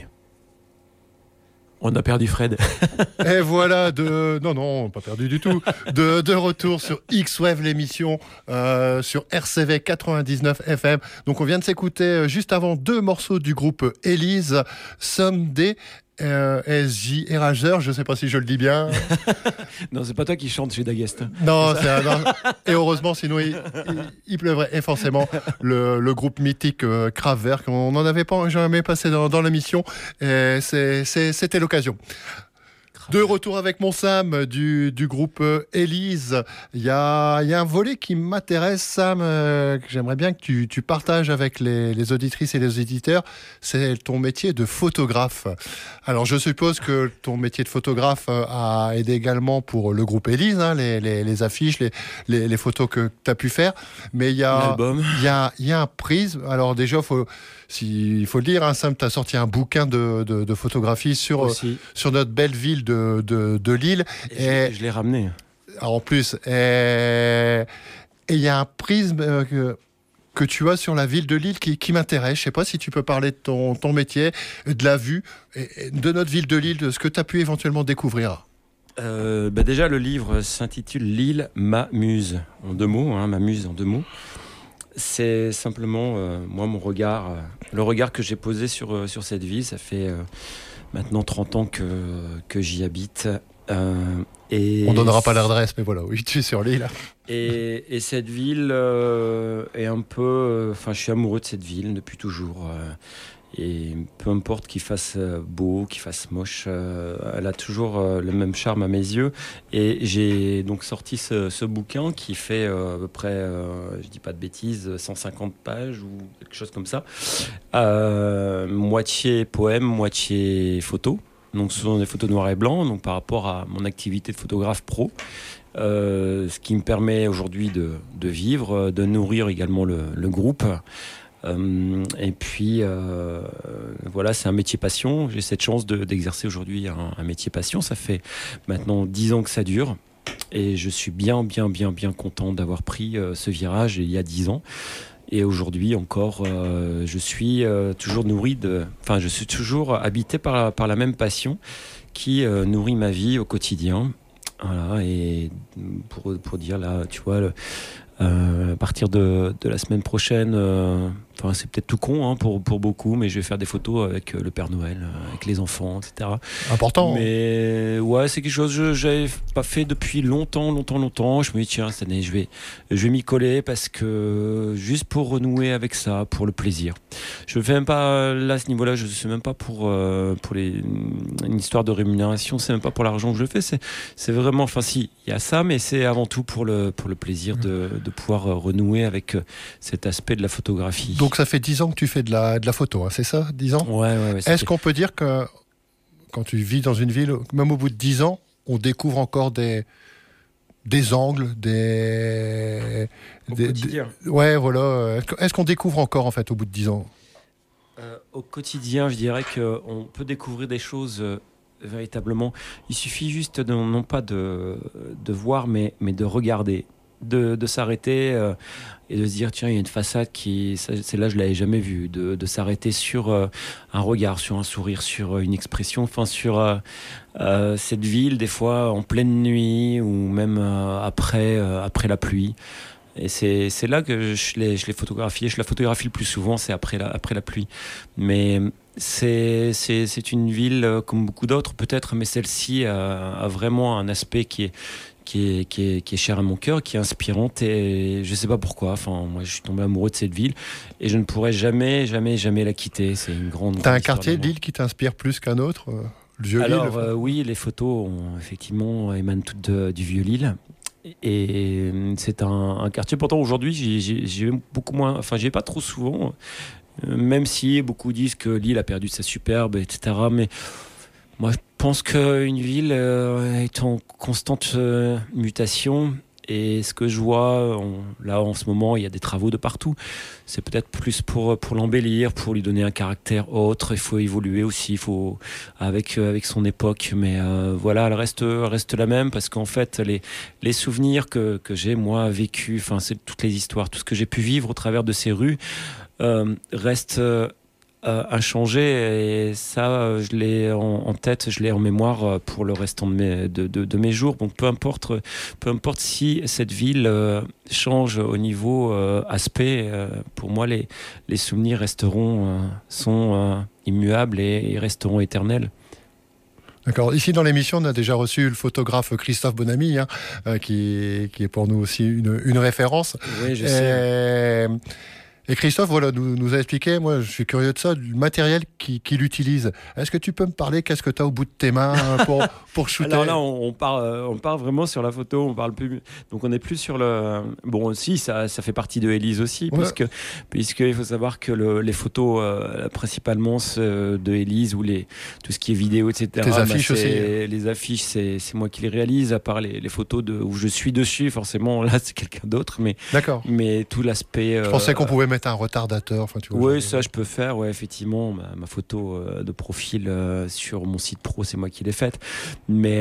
on a perdu Fred. Et voilà, non, pas perdu du tout, de retour sur X-Wave, l'émission sur RCV 99 FM. Donc on vient de s'écouter juste avant 2 morceaux du groupe Élise, Someday, SJ Erasure, je sais pas si je le dis bien. Non, c'est pas toi qui chante chez Dagest. Non, non. Et heureusement, sinon il pleuvrait. Et forcément, le groupe mythique Kraftwerk, on n'en avait pas jamais passé dans l'émission. Et c'était l'occasion. De retour avec mon Sam du groupe Élise. Il y a un volet qui m'intéresse, Sam, que j'aimerais bien que tu partages avec les auditrices et les auditeurs. C'est ton métier de photographe. Alors, je suppose que ton métier de photographe a aidé également pour le groupe Élise, hein, les affiches, les photos que tu as pu faire. Mais il y a un prisme. Alors déjà, il faut le dire, hein, Sam, tu as sorti un bouquin de photographie sur notre belle ville de Lille. Et je l'ai ramené. En plus, et il y a un prisme que tu as sur la ville de Lille qui m'intéresse. Je ne sais pas si tu peux parler de ton métier, de la vue, et de notre ville de Lille, de ce que tu as pu éventuellement découvrir. Déjà, le livre s'intitule Lille, ma muse. En 2 mots, hein, ma muse en 2 mots. C'est simplement, moi, mon regard, le regard que j'ai posé sur cette ville. Ça fait maintenant 30 ans que j'y habite. Et on donnera pas l'adresse, mais voilà, oui, tu es sur l'île. Et cette ville est un peu... Enfin, je suis amoureux de cette ville depuis toujours. Et peu importe qu'il fasse beau, qu'il fasse moche, elle a toujours le même charme à mes yeux. Et j'ai donc sorti ce bouquin qui fait à peu près, je dis pas de bêtises, 150 pages ou quelque chose comme ça. Moitié poème, moitié photo. Donc ce sont des photos noir et blanc, donc par rapport à mon activité de photographe pro. Ce qui me permet aujourd'hui de vivre, de nourrir également le groupe. Et puis voilà, c'est un métier passion. J'ai cette chance d'exercer aujourd'hui un métier passion. Ça fait maintenant 10 ans que ça dure. Et je suis bien content d'avoir pris ce virage il y a 10 ans. Et aujourd'hui encore, je suis toujours nourri enfin, je suis toujours habité par la même passion qui nourrit ma vie au quotidien. Voilà, et pour dire là, tu vois, à partir de la semaine prochaine, enfin c'est peut-être tout con pour beaucoup, mais je vais faire des photos avec le Père Noël, avec les enfants, etc. Important. Mais ouais, c'est quelque chose que j'avais pas fait depuis longtemps. Je me dis tiens, cette année je vais m'y coller parce que juste pour renouer avec ça, pour le plaisir. Je fais même pas là à ce niveau-là, je sais même pas pour une histoire de rémunération, c'est même pas pour l'argent que je le fais. C'est vraiment, enfin si, il y a ça, mais c'est avant tout pour le plaisir de pouvoir renouer avec cet aspect de la photographie. Donc ça fait 10 ans que tu fais de la photo, hein, c'est ça, 10 ans ? Ouais. Est-ce qu'on peut dire que quand tu vis dans une ville, même au bout de 10 ans, on découvre encore des angles, Au quotidien. Ouais, voilà. Est-ce qu'on découvre encore, en fait, au bout de 10 ans ? Au quotidien, je dirais qu'on peut découvrir des choses véritablement. Il suffit juste non pas de voir, mais de regarder. De s'arrêter et de se dire tiens, il y a une façade celle-là je l'avais jamais vue, de s'arrêter sur un regard, sur un sourire, sur une expression, enfin sur cette ville des fois en pleine nuit ou même après la pluie. Et c'est là que je l'ai photographié. Je la photographie le plus souvent, c'est après la pluie. Mais c'est une ville comme beaucoup d'autres peut-être, mais celle-ci a vraiment un aspect qui est cher à mon cœur, qui est inspirante, et je sais pas pourquoi. Enfin, moi, je suis tombé amoureux de cette ville et je ne pourrais jamais la quitter. C'est une grande. T'as un quartier de l'île qui t'inspire plus qu'un autre, le Vieux-Lille ? Alors oui, les photos effectivement émanent toutes du Vieux-Lille. Et c'est un quartier. Pourtant aujourd'hui, j'y vais beaucoup moins. Enfin, j'y vais pas trop souvent. Même si beaucoup disent que l'île a perdu sa superbe, etc. Mais moi, je pense qu'une ville est en constante mutation. Et ce que je vois, là en ce moment, il y a des travaux de partout. C'est peut-être plus pour l'embellir, pour lui donner un caractère autre. Il faut évoluer aussi, il faut avec son époque. Mais voilà, elle reste la même parce qu'en fait, les souvenirs que j'ai moi vécu, enfin c'est toutes les histoires, tout ce que j'ai pu vivre au travers de ces rues reste inchangé, et ça je l'ai en tête, je l'ai en mémoire pour le restant de mes jours. Donc peu importe si cette ville change au niveau aspect, pour moi les souvenirs sont immuables et resteront éternels. D'accord. Ici dans l'émission, on a déjà reçu le photographe Christophe Bonamy, qui est pour nous aussi une référence. Oui, je sais. Et Christophe, voilà, nous a expliqué, moi je suis curieux de ça, du matériel qu'il utilise. Est-ce que tu peux me parler, qu'est-ce que tu as au bout de tes mains pour shooter ? Alors là, on part vraiment sur la photo, on parle plus. Donc on n'est plus sur le. Bon, aussi, ça fait partie de Élise aussi, ouais. puisque il faut savoir que les photos, principalement de Élise ou tout ce qui est vidéo, etc. Tes affiches aussi. Les affiches, c'est moi qui les réalise, à part les photos où je suis dessus, forcément, là c'est quelqu'un d'autre. D'accord. Mais tout l'aspect. Je pensais qu'on pouvait mettre un retardateur. Enfin, tu vois, oui, ça je peux faire, ouais, effectivement. Ma photo de profil sur mon site pro, c'est moi qui l'ai faite. Mais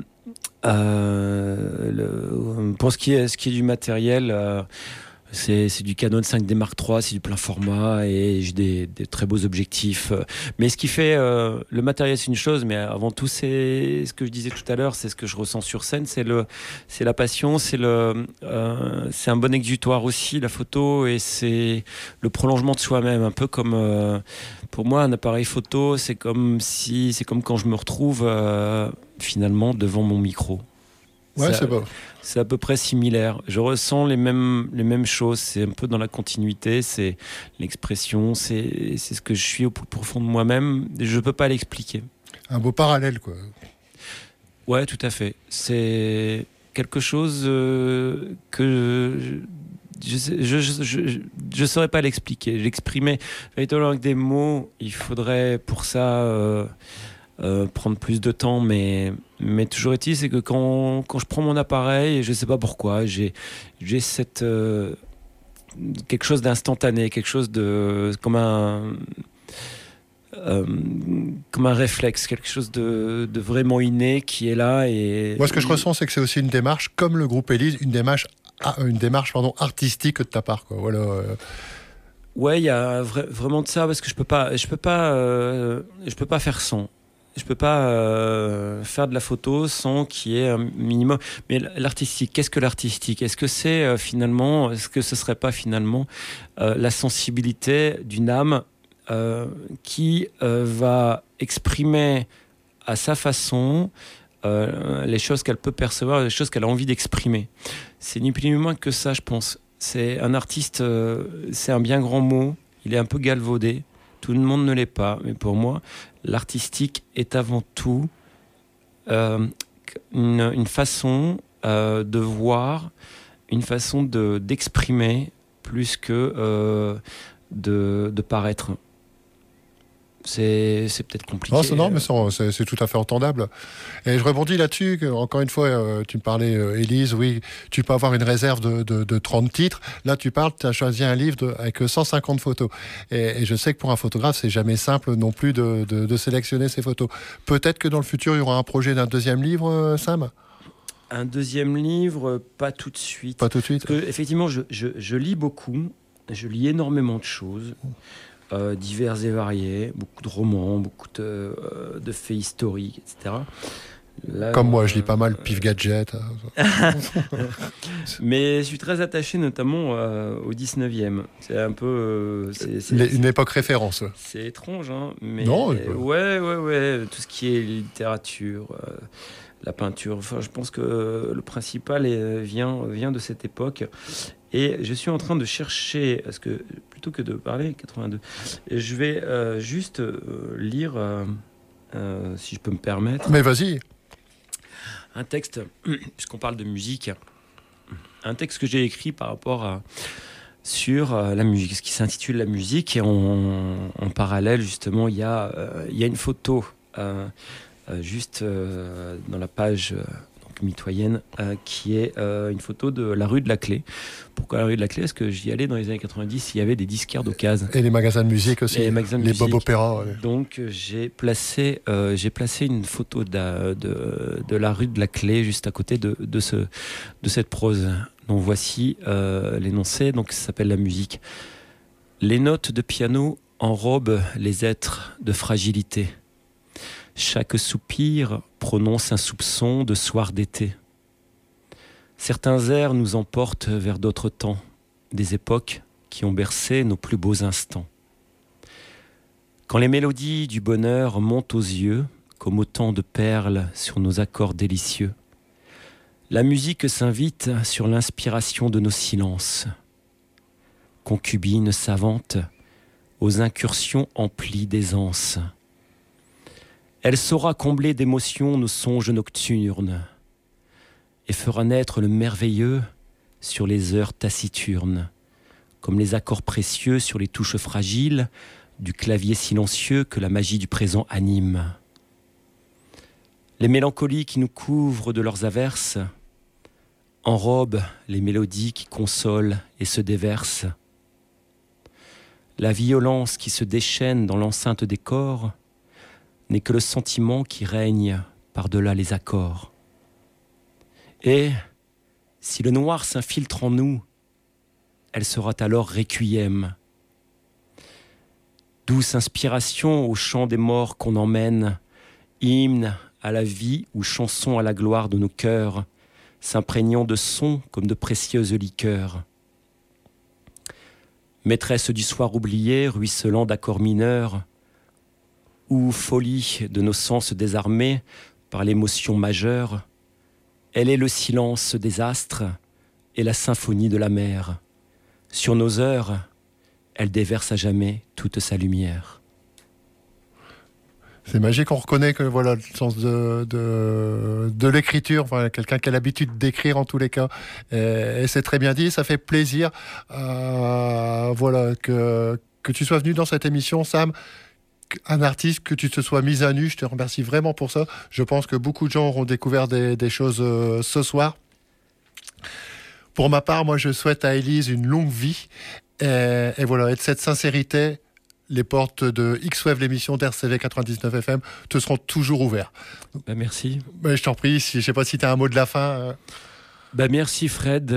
pour ce qui est du matériel, c'est du Canon 5D Mark III, c'est du plein format et j'ai des très beaux objectifs. Mais ce qui fait le matériel, c'est une chose, mais avant tout, c'est ce que je disais tout à l'heure, c'est ce que je ressens sur scène, c'est la passion, c'est un bon exutoire aussi, la photo, et c'est le prolongement de soi-même, un peu comme pour moi un appareil photo, c'est comme quand je me retrouve finalement devant mon micro. Ouais, c'est beau. C'est à peu près similaire. Je ressens les mêmes choses. C'est un peu dans la continuité. C'est l'expression. C'est ce que je suis au plus profond de moi-même. Je ne peux pas l'expliquer. Un beau parallèle, quoi. Ouais, tout à fait. C'est quelque chose que je saurais pas l'expliquer. L'exprimer véritablement avec des mots, il faudrait pour ça prendre plus de temps, mais toujours est-il, c'est que quand je prends mon appareil, je sais pas pourquoi, j'ai cette quelque chose d'instantané, quelque chose de comme un réflexe, quelque chose de vraiment inné qui est là. Et moi, ce que je ressens, c'est que c'est aussi une démarche, comme le groupe Élise, une démarche artistique de ta part, quoi. Voilà. Ouais, il y a vraiment de ça, parce que je peux pas faire sans. Je peux pas faire de la photo sans qu'il y ait un minimum. Mais l'artistique, qu'est-ce que l'artistique ? Est-ce que c'est est-ce que ce serait pas finalement la sensibilité d'une âme qui va exprimer à sa façon les choses qu'elle peut percevoir, les choses qu'elle a envie d'exprimer. C'est ni plus ni moins que ça, je pense. C'est un artiste, c'est un bien grand mot, il est un peu galvaudé, tout le monde ne l'est pas, mais pour moi, l'artistique est avant tout une façon de voir, une façon d'exprimer plus que de paraître. C'est peut-être compliqué. Non, mais c'est tout à fait entendable. Et je rebondis là-dessus, encore une fois, tu me parlais, Élise, oui, tu peux avoir une réserve de 30 titres. Là, tu as choisi un livre avec 150 photos. Et je sais que pour un photographe, c'est jamais simple non plus de sélectionner ces photos. Peut-être que dans le futur, il y aura un projet d'un deuxième livre, Sam ? Un deuxième livre, pas tout de suite. Pas tout de suite. Parce que, effectivement, je lis beaucoup, je lis énormément de choses. Divers et variés, beaucoup de romans, beaucoup de faits historiques, etc. Là, comme moi, je lis pas mal Pif Gadget. Mais je suis très attaché notamment au 19e. C'est un peu... une époque référence. C'est étrange, hein, mais... Non, ouais. Tout ce qui est littérature, la peinture. Enfin, je pense que le principal vient de cette époque. Et je suis en train de chercher, parce que plutôt que de parler 82, je vais juste lire, si je peux me permettre. Mais vas-y. Un texte, puisqu'on parle de musique, un texte que j'ai écrit par rapport sur la musique, ce qui s'intitule La musique. Et en parallèle, justement, il y a une photo juste dans la page mitoyenne, qui est une photo de la rue de la Clé. Pourquoi la rue de la Clé ? Parce que j'y allais dans les années 90, il y avait des disquaires d'occasion. Et les magasins de musique aussi, les Bob Opéra. Ouais. Donc j'ai placé une photo de la rue de la Clé juste à côté de cette prose. Donc voici l'énoncé, donc ça s'appelle La musique. Les notes de piano enrobent les êtres de fragilité. Chaque soupir prononce un soupçon de soir d'été. Certains airs nous emportent vers d'autres temps, des époques qui ont bercé nos plus beaux instants. Quand les mélodies du bonheur montent aux yeux, comme autant de perles sur nos accords délicieux, la musique s'invite sur l'inspiration de nos silences. Concubine savante, aux incursions emplies d'aisance. Elle saura combler d'émotions nos songes nocturnes et fera naître le merveilleux sur les heures taciturnes, comme les accords précieux sur les touches fragiles du clavier silencieux que la magie du présent anime. Les mélancolies qui nous couvrent de leurs averses enrobent les mélodies qui consolent et se déversent. La violence qui se déchaîne dans l'enceinte des corps n'est que le sentiment qui règne par-delà les accords. Et, si le noir s'infiltre en nous, elle sera alors requiem. Douce inspiration au chant des morts qu'on emmène, hymne à la vie ou chanson à la gloire de nos cœurs, s'imprégnant de sons comme de précieuses liqueurs. Maîtresse du soir oublié, ruisselant d'accords mineurs, ou folie de nos sens désarmés par l'émotion majeure, Elle est le silence des astres et la symphonie de la mer. Sur nos heures, elle déverse à jamais toute sa lumière. C'est magique, on reconnaît que voilà le sens de l'écriture, enfin, quelqu'un qui a l'habitude d'écrire en tous les cas, et c'est très bien dit, ça fait plaisir voilà, que tu sois venu dans cette émission, Sam, un artiste, que tu te sois mis à nu, je te remercie vraiment pour ça. Je pense que beaucoup de gens auront découvert des choses ce soir. Pour ma part, moi je souhaite à Élise une longue vie, et voilà, et de cette sincérité, les portes de X-Wave, l'émission d'RCV 99 FM, te seront toujours ouvertes. Merci. Je t'en prie, je ne sais pas si tu as un mot de la fin. Merci Fred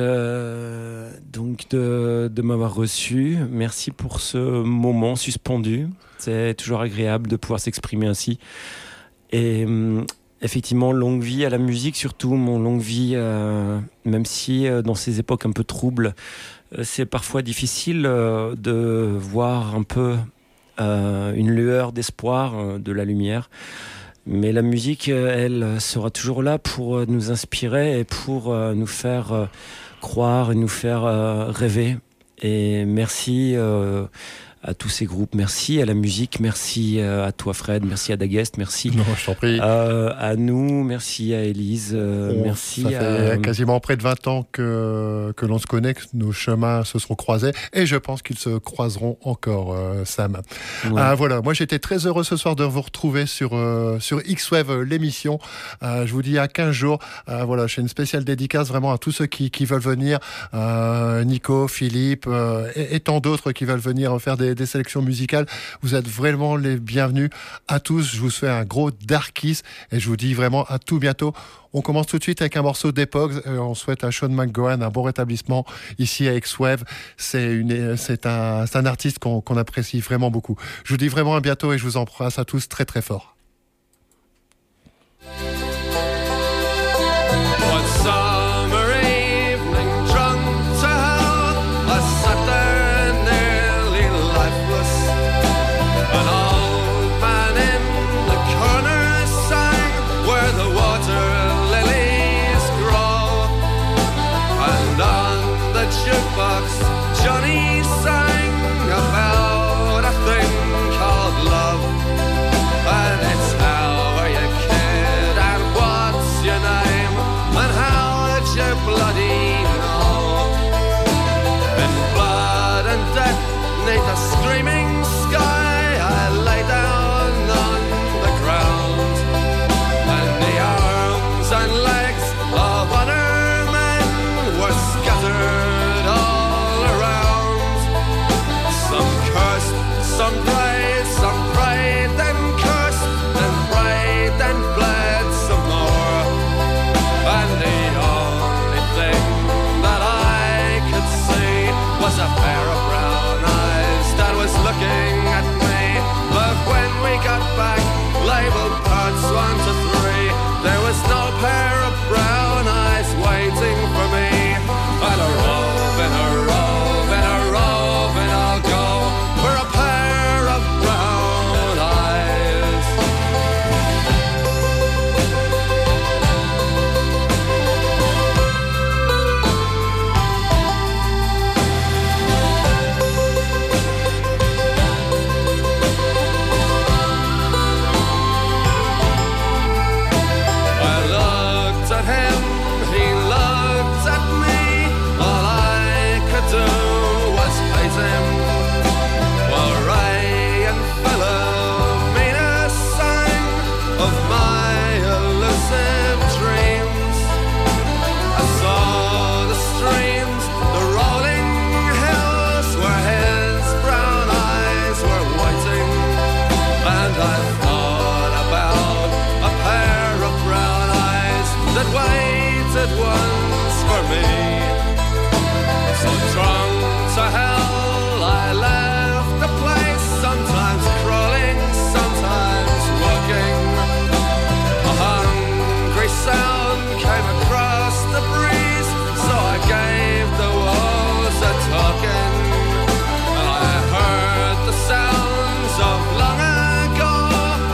donc de m'avoir reçu. Merci pour ce moment suspendu. C'est toujours agréable de pouvoir s'exprimer ainsi. Et effectivement, longue vie à la musique, surtout mon longue vie, même si dans ces époques un peu troubles, c'est parfois difficile de voir un peu une lueur d'espoir, de la lumière. Mais la musique, elle sera toujours là pour nous inspirer et pour nous faire croire et nous faire rêver. Et merci à tous ces groupes, merci à la musique, merci à toi Fred, merci à Daguest, merci non, je t'en prie. À nous, merci à Élise, merci ça fait quasiment près de 20 ans que l'on se connaît, que nos chemins se seront croisés, et je pense qu'ils se croiseront encore, Sam. Ouais. Voilà, moi j'étais très heureux ce soir de vous retrouver sur X-Wave, l'émission. Je vous dis à 15 jours, voilà, je fais une spéciale dédicace vraiment à tous ceux qui veulent venir, Nico, Philippe, et tant d'autres qui veulent venir faire des sélections musicales. Vous êtes vraiment les bienvenus à tous. Je vous souhaite un gros Dark Kiss et je vous dis vraiment à tout bientôt. On commence tout de suite avec un morceau d'Epoch. On souhaite à Sean McGowan un bon rétablissement ici à X-Wave. C'est un artiste qu'on apprécie vraiment beaucoup. Je vous dis vraiment à bientôt et je vous embrasse à tous très très fort. Johnny sang about a thing called love, and it's how are you kid and what's your name and how did you bloody know? In blood and death, 'neath a screaming sky, I lay down on the ground, and the arms and legs of other men were scattered all around. Some cursed, some prayed, then cursed, then prayed, then bled some more. And the only thing that I could see was a pair of brown eyes that was looking at me. But when we got back, labeled parts 1 to 3, there was no pair of brown eyes waiting for me. And a rove and a rove and a rove, and I'll go for a pair of brown eyes. I looked at him, he looked at me. All I could do was hate him. While Ray and Philomena sang of my elusive dreams, I saw the streams, the rolling hills where his brown eyes were waiting, and I thought about a pair of brown eyes that waited once for me. So drunk to hell, I left the place, sometimes crawling, sometimes walking. A hungry sound came across the breeze, so I gave the walls a talking. And I heard the sounds of long ago,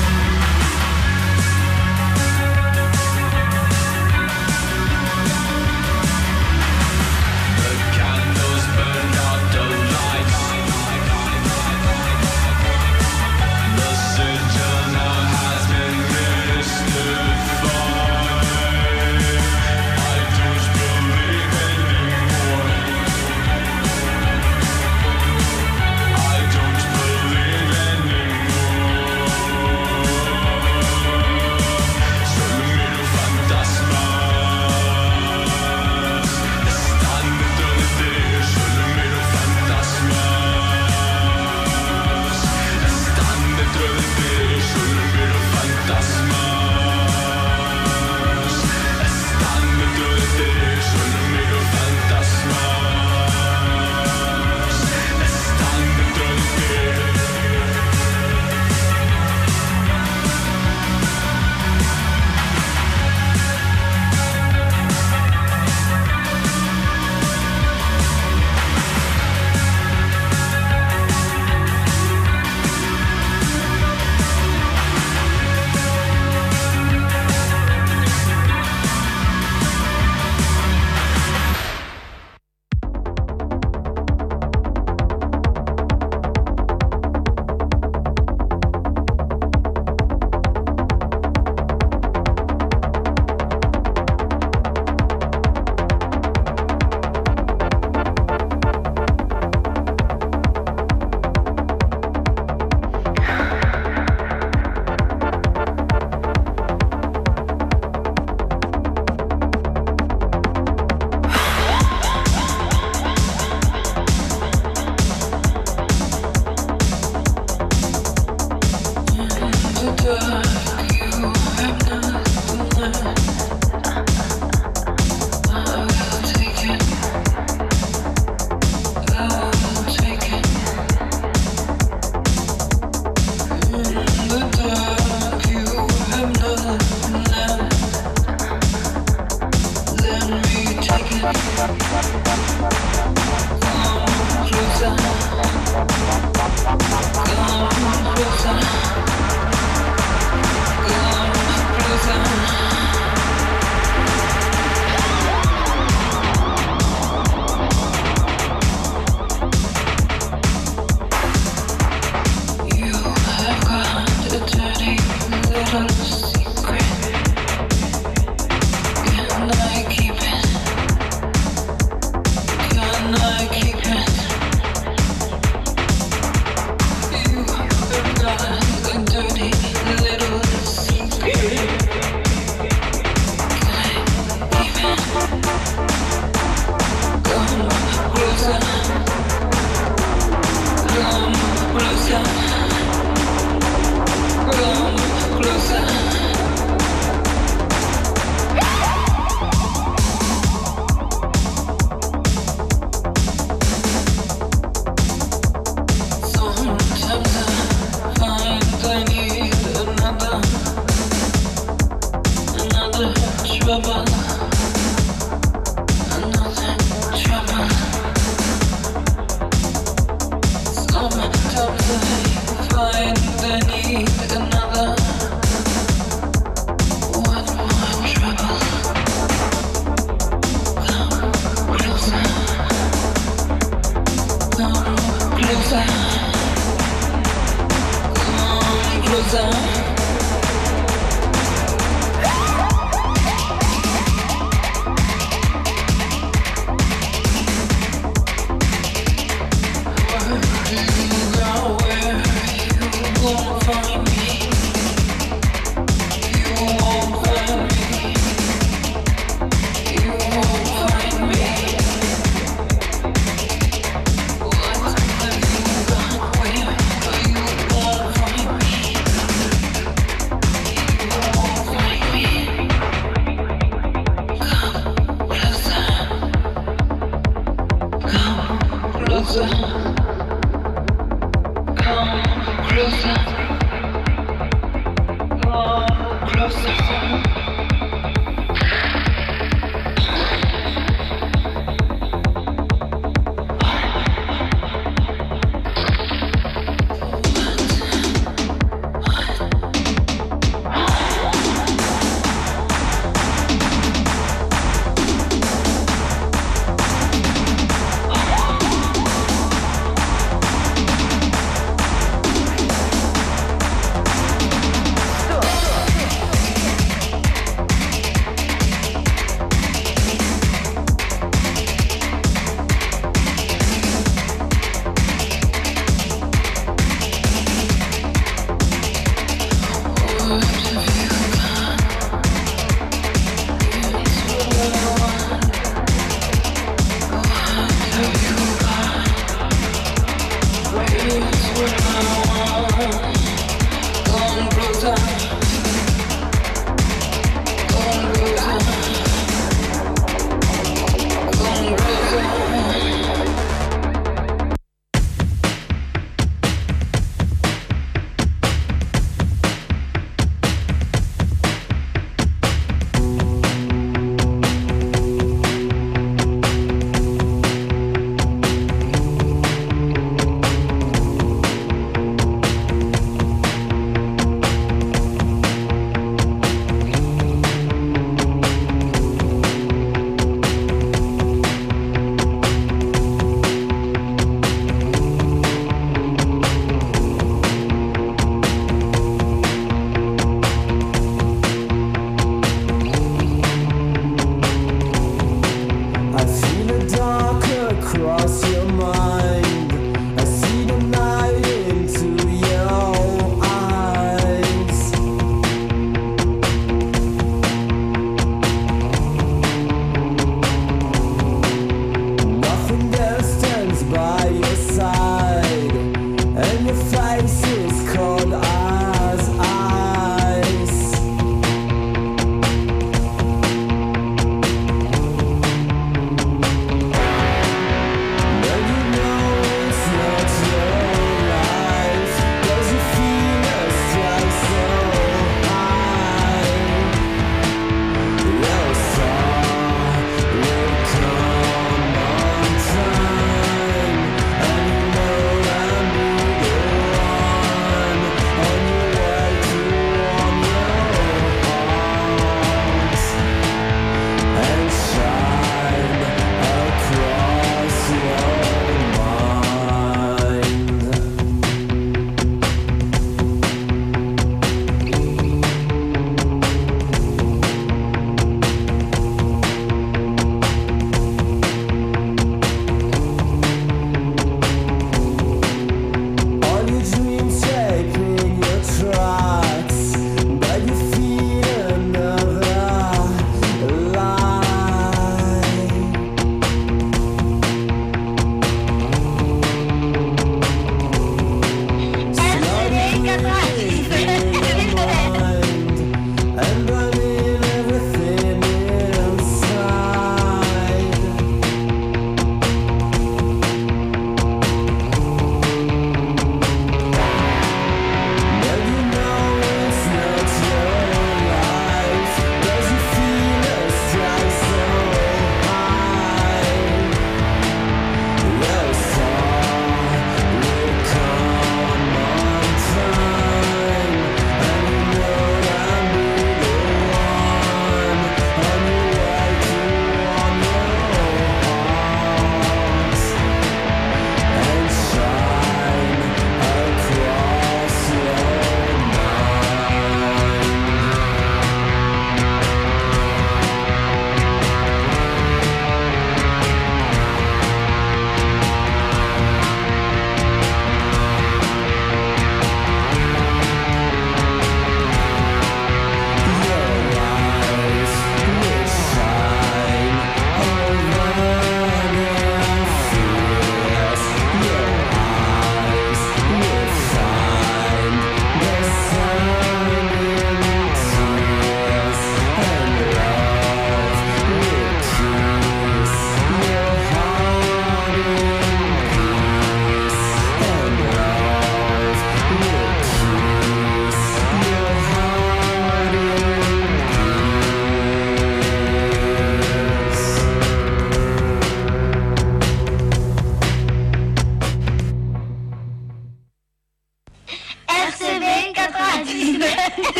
Vas-y.